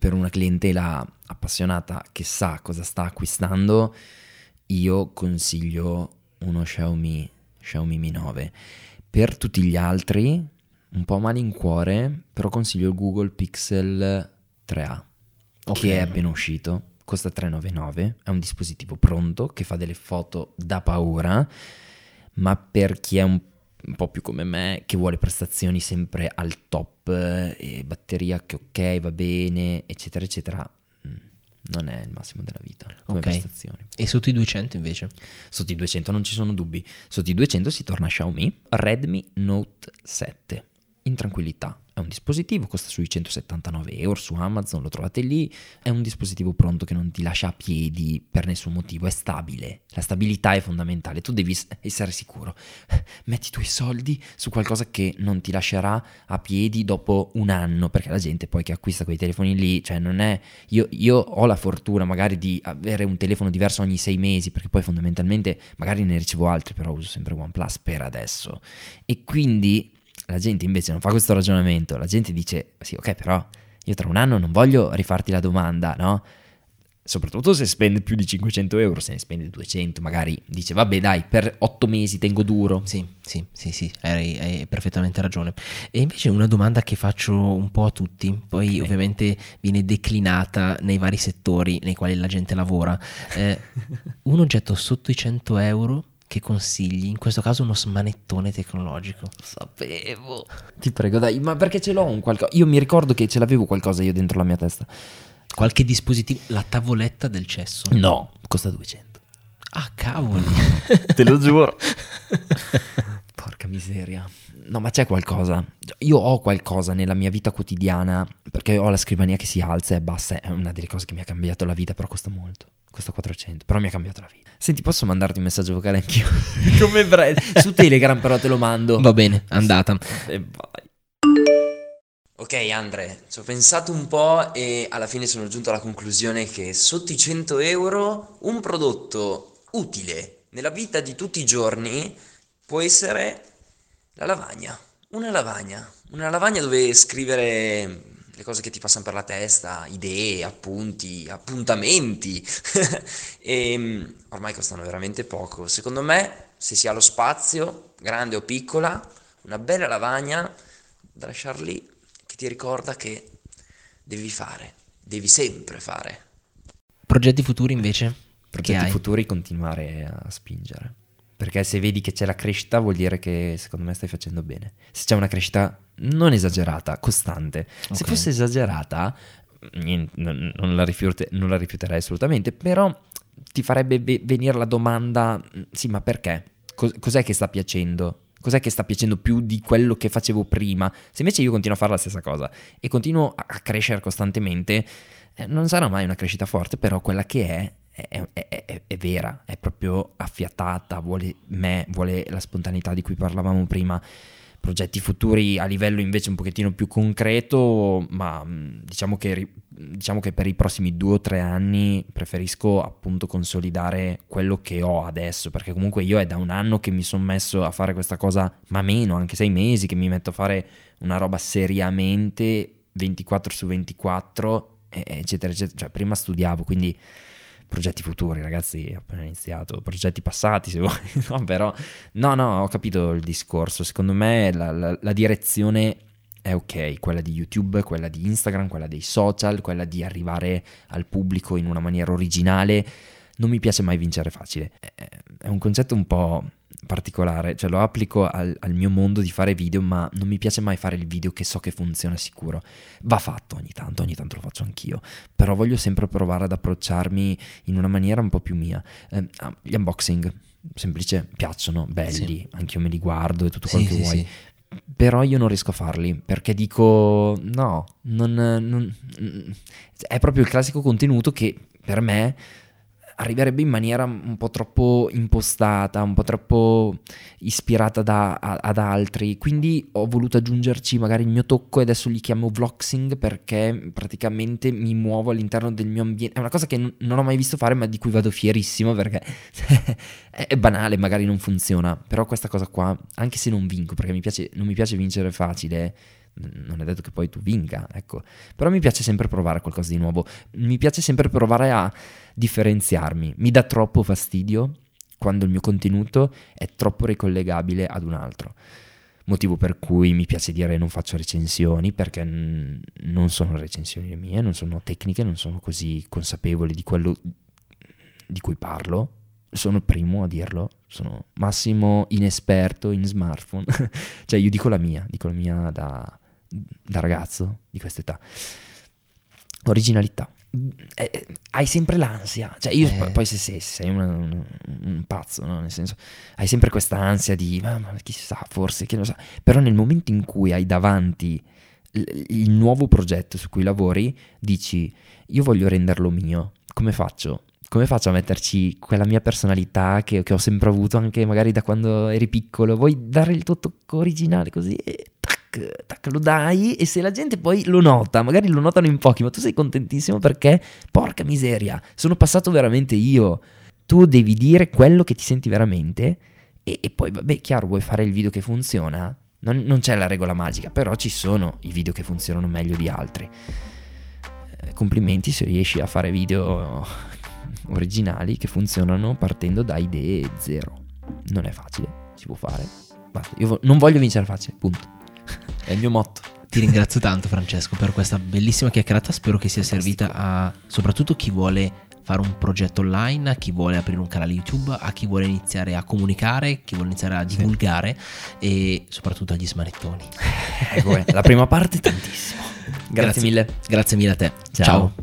Speaker 2: per una clientela appassionata che sa cosa sta acquistando, io consiglio uno Xiaomi, Xiaomi Mi nove. Per tutti gli altri, un po' a malincuore, però consiglio il Google Pixel tre a, okay, che è appena uscito, costa trecentonovantanove, è un dispositivo pronto che fa delle foto da paura, ma per chi è un, un po' più come me, che vuole prestazioni sempre al top, e batteria che ok, va bene, eccetera, eccetera, non è il massimo della vita come
Speaker 1: okay.
Speaker 2: prestazioni.
Speaker 1: E sotto i duecento invece?
Speaker 2: Sotto i duecento non ci sono dubbi. Sotto i duecento si torna a Xiaomi Redmi Note sette. In tranquillità. È un dispositivo, costa sui centosettantanove euro su Amazon, lo trovate lì. È un dispositivo pronto che non ti lascia a piedi per nessun motivo, è stabile. La stabilità è fondamentale, tu devi essere sicuro. Metti i tuoi soldi su qualcosa che non ti lascerà a piedi dopo un anno, perché la gente poi che acquista quei telefoni lì, cioè non è... Io, io ho la fortuna magari di avere un telefono diverso ogni sei mesi, perché poi fondamentalmente magari ne ricevo altri, però uso sempre OnePlus per adesso. E quindi... la gente invece non fa questo ragionamento, la gente dice sì, ok, però io tra un anno non voglio rifarti la domanda, no? Soprattutto se spende più di cinquecento euro, se ne spende duecento magari dice vabbè dai, per otto mesi tengo duro.
Speaker 1: Sì, sì, sì, sì, hai, hai perfettamente ragione. E invece una domanda che faccio un po' a tutti, poi okay. ovviamente viene declinata nei vari settori nei quali la gente lavora. Eh, un oggetto sotto i cento euro che consigli, in questo caso uno smanettone tecnologico.
Speaker 2: Sapevo. Ti prego, dai, ma perché ce l'ho un qualcosa? Io mi ricordo che ce l'avevo qualcosa io dentro la mia testa.
Speaker 1: Qualche dispositivo, la tavoletta del cesso?
Speaker 2: No, costa duecento.
Speaker 1: Ah, cavoli.
Speaker 2: Te lo giuro. Porca miseria. No, ma c'è qualcosa. Io ho qualcosa nella mia vita quotidiana, perché ho la scrivania che si alza e basta. È una delle cose che mi ha cambiato la vita, però costa molto. Costa quattrocento, però mi ha cambiato la vita. Senti, posso mandarti un messaggio vocale anch'io? Come Brad. Su Telegram però te lo mando.
Speaker 1: Va bene, andata.
Speaker 2: E vai. Ok Andre, ci ho pensato un po' e alla fine sono giunto alla conclusione che sotto i cento euro un prodotto utile nella vita di tutti i giorni può essere la lavagna. Una lavagna. Una lavagna dove scrivere le cose che ti passano per la testa, idee, appunti, appuntamenti. E ormai costano veramente poco. Secondo me, se si ha lo spazio, grande o piccola, una bella lavagna da lasciar lì che ti ricorda che devi fare, devi sempre fare.
Speaker 1: Progetti futuri invece?
Speaker 2: Progetti futuri continuare a spingere. Perché se vedi che c'è la crescita vuol dire che secondo me stai facendo bene. Se c'è una crescita non esagerata, costante. Okay. Se fosse esagerata, niente, non, non, la rifiute, non la rifiuterei assolutamente, però ti farebbe ve- venire la domanda, sì, ma perché? Cos- cos'è che sta piacendo? Cos'è che sta piacendo più di quello che facevo prima? Se invece io continuo a fare la stessa cosa e continuo a, a crescere costantemente, eh, non sarà mai una crescita forte, però quella che è È, è, è, è vera, è proprio affiatata, vuole me, vuole la spontaneità di cui parlavamo prima. Progetti futuri a livello invece un pochettino più concreto, ma diciamo che, diciamo che per i prossimi due o tre anni preferisco appunto consolidare quello che ho adesso, perché comunque io è da un anno che mi sono messo a fare questa cosa, ma meno, anche sei mesi che mi metto a fare una roba seriamente ventiquattro su ventiquattro, eccetera eccetera. Cioè prima studiavo, quindi progetti futuri, ragazzi, ho appena iniziato, progetti passati se vuoi, no, però no, no, ho capito il discorso, secondo me la, la, la direzione è ok, quella di YouTube, quella di Instagram, quella dei social, quella di arrivare al pubblico in una maniera originale. Non mi piace mai vincere facile, è, è un concetto un po' particolare, cioè lo applico al, al mio mondo di fare video, ma non mi piace mai fare il video che so che funziona sicuro. Va fatto ogni tanto, ogni tanto lo faccio anch'io, però voglio sempre provare ad approcciarmi in una maniera un po' più mia. Eh, gli unboxing, semplice, piacciono, belli, sì. Anch'io me li guardo e tutto quello sì, che sì, vuoi. Sì. Però io non riesco a farli perché dico no, non, non, è proprio il classico contenuto che per me arriverebbe in maniera un po' troppo impostata, un po' troppo ispirata da, a, ad altri, quindi ho voluto aggiungerci magari il mio tocco e adesso li chiamo vlogsing perché praticamente mi muovo all'interno del mio ambiente. È una cosa che n- non ho mai visto fare ma di cui vado fierissimo perché è banale, magari non funziona, però questa cosa qua, anche se non vinco, perché mi piace, non mi piace vincere facile, non è detto che poi tu vinca, ecco. Però mi piace sempre provare qualcosa di nuovo, mi piace sempre provare a differenziarmi. Mi dà troppo fastidio quando il mio contenuto è troppo ricollegabile ad un altro, motivo per cui mi piace dire non faccio recensioni, perché n- non sono recensioni le mie, non sono tecniche, non sono così consapevoli di quello di cui parlo. Sono il primo a dirlo, sono massimo inesperto in smartphone. Cioè io dico la mia, dico la mia da, da ragazzo di questa età. Originalità. Eh, hai sempre l'ansia, cioè io
Speaker 1: Eh.
Speaker 2: poi se sei, se sei una, un, un pazzo, no? Nel senso, hai sempre questa ansia di ma, ma chissà, forse, chi lo sa. Però nel momento in cui hai davanti il, il nuovo progetto su cui lavori, dici io voglio renderlo mio, come faccio? Come faccio a metterci quella mia personalità che, che ho sempre avuto anche magari da quando eri piccolo? Vuoi dare il tuo tocco originale così e tac, tac, lo dai, e se la gente poi lo nota, magari lo notano in pochi, ma tu sei contentissimo perché, porca miseria, sono passato veramente io. Tu devi dire quello che ti senti veramente e, e poi, vabbè, chiaro, vuoi fare il video che funziona? Non, non c'è la regola magica, però ci sono i video che funzionano meglio di altri. Eh, complimenti se riesci a fare video originali che funzionano partendo da idee zero. Non è facile, si può fare. Basta, io vo- non voglio vincere facile, punto. È il mio motto.
Speaker 1: Ti ringrazio tanto, Francesco, per questa bellissima chiacchierata. Spero che sia servita a soprattutto chi vuole fare un progetto online, a chi vuole aprire un canale YouTube, a chi vuole iniziare a comunicare, chi vuole iniziare a divulgare, sì. E soprattutto agli smanettoni.
Speaker 2: Ecco, eh, la prima parte tantissimo. Grazie,
Speaker 1: Grazie
Speaker 2: mille.
Speaker 1: Grazie mille a te.
Speaker 2: Ciao.
Speaker 1: Ciao.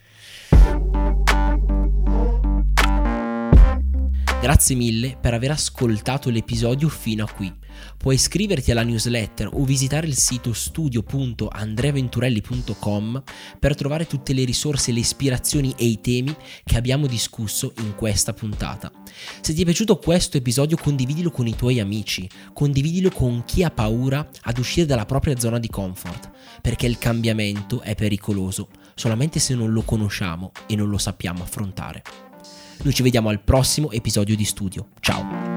Speaker 1: Grazie mille per aver ascoltato l'episodio fino a qui. Puoi iscriverti alla newsletter o visitare il sito studio punto andrea venturelli punto com per trovare tutte le risorse, le ispirazioni e i temi che abbiamo discusso in questa puntata. Se ti è piaciuto questo episodio, condividilo con i tuoi amici, condividilo con chi ha paura ad uscire dalla propria zona di comfort, perché il cambiamento è pericoloso solamente se non lo conosciamo e non lo sappiamo affrontare. Noi ci vediamo al prossimo episodio di Studio. Ciao!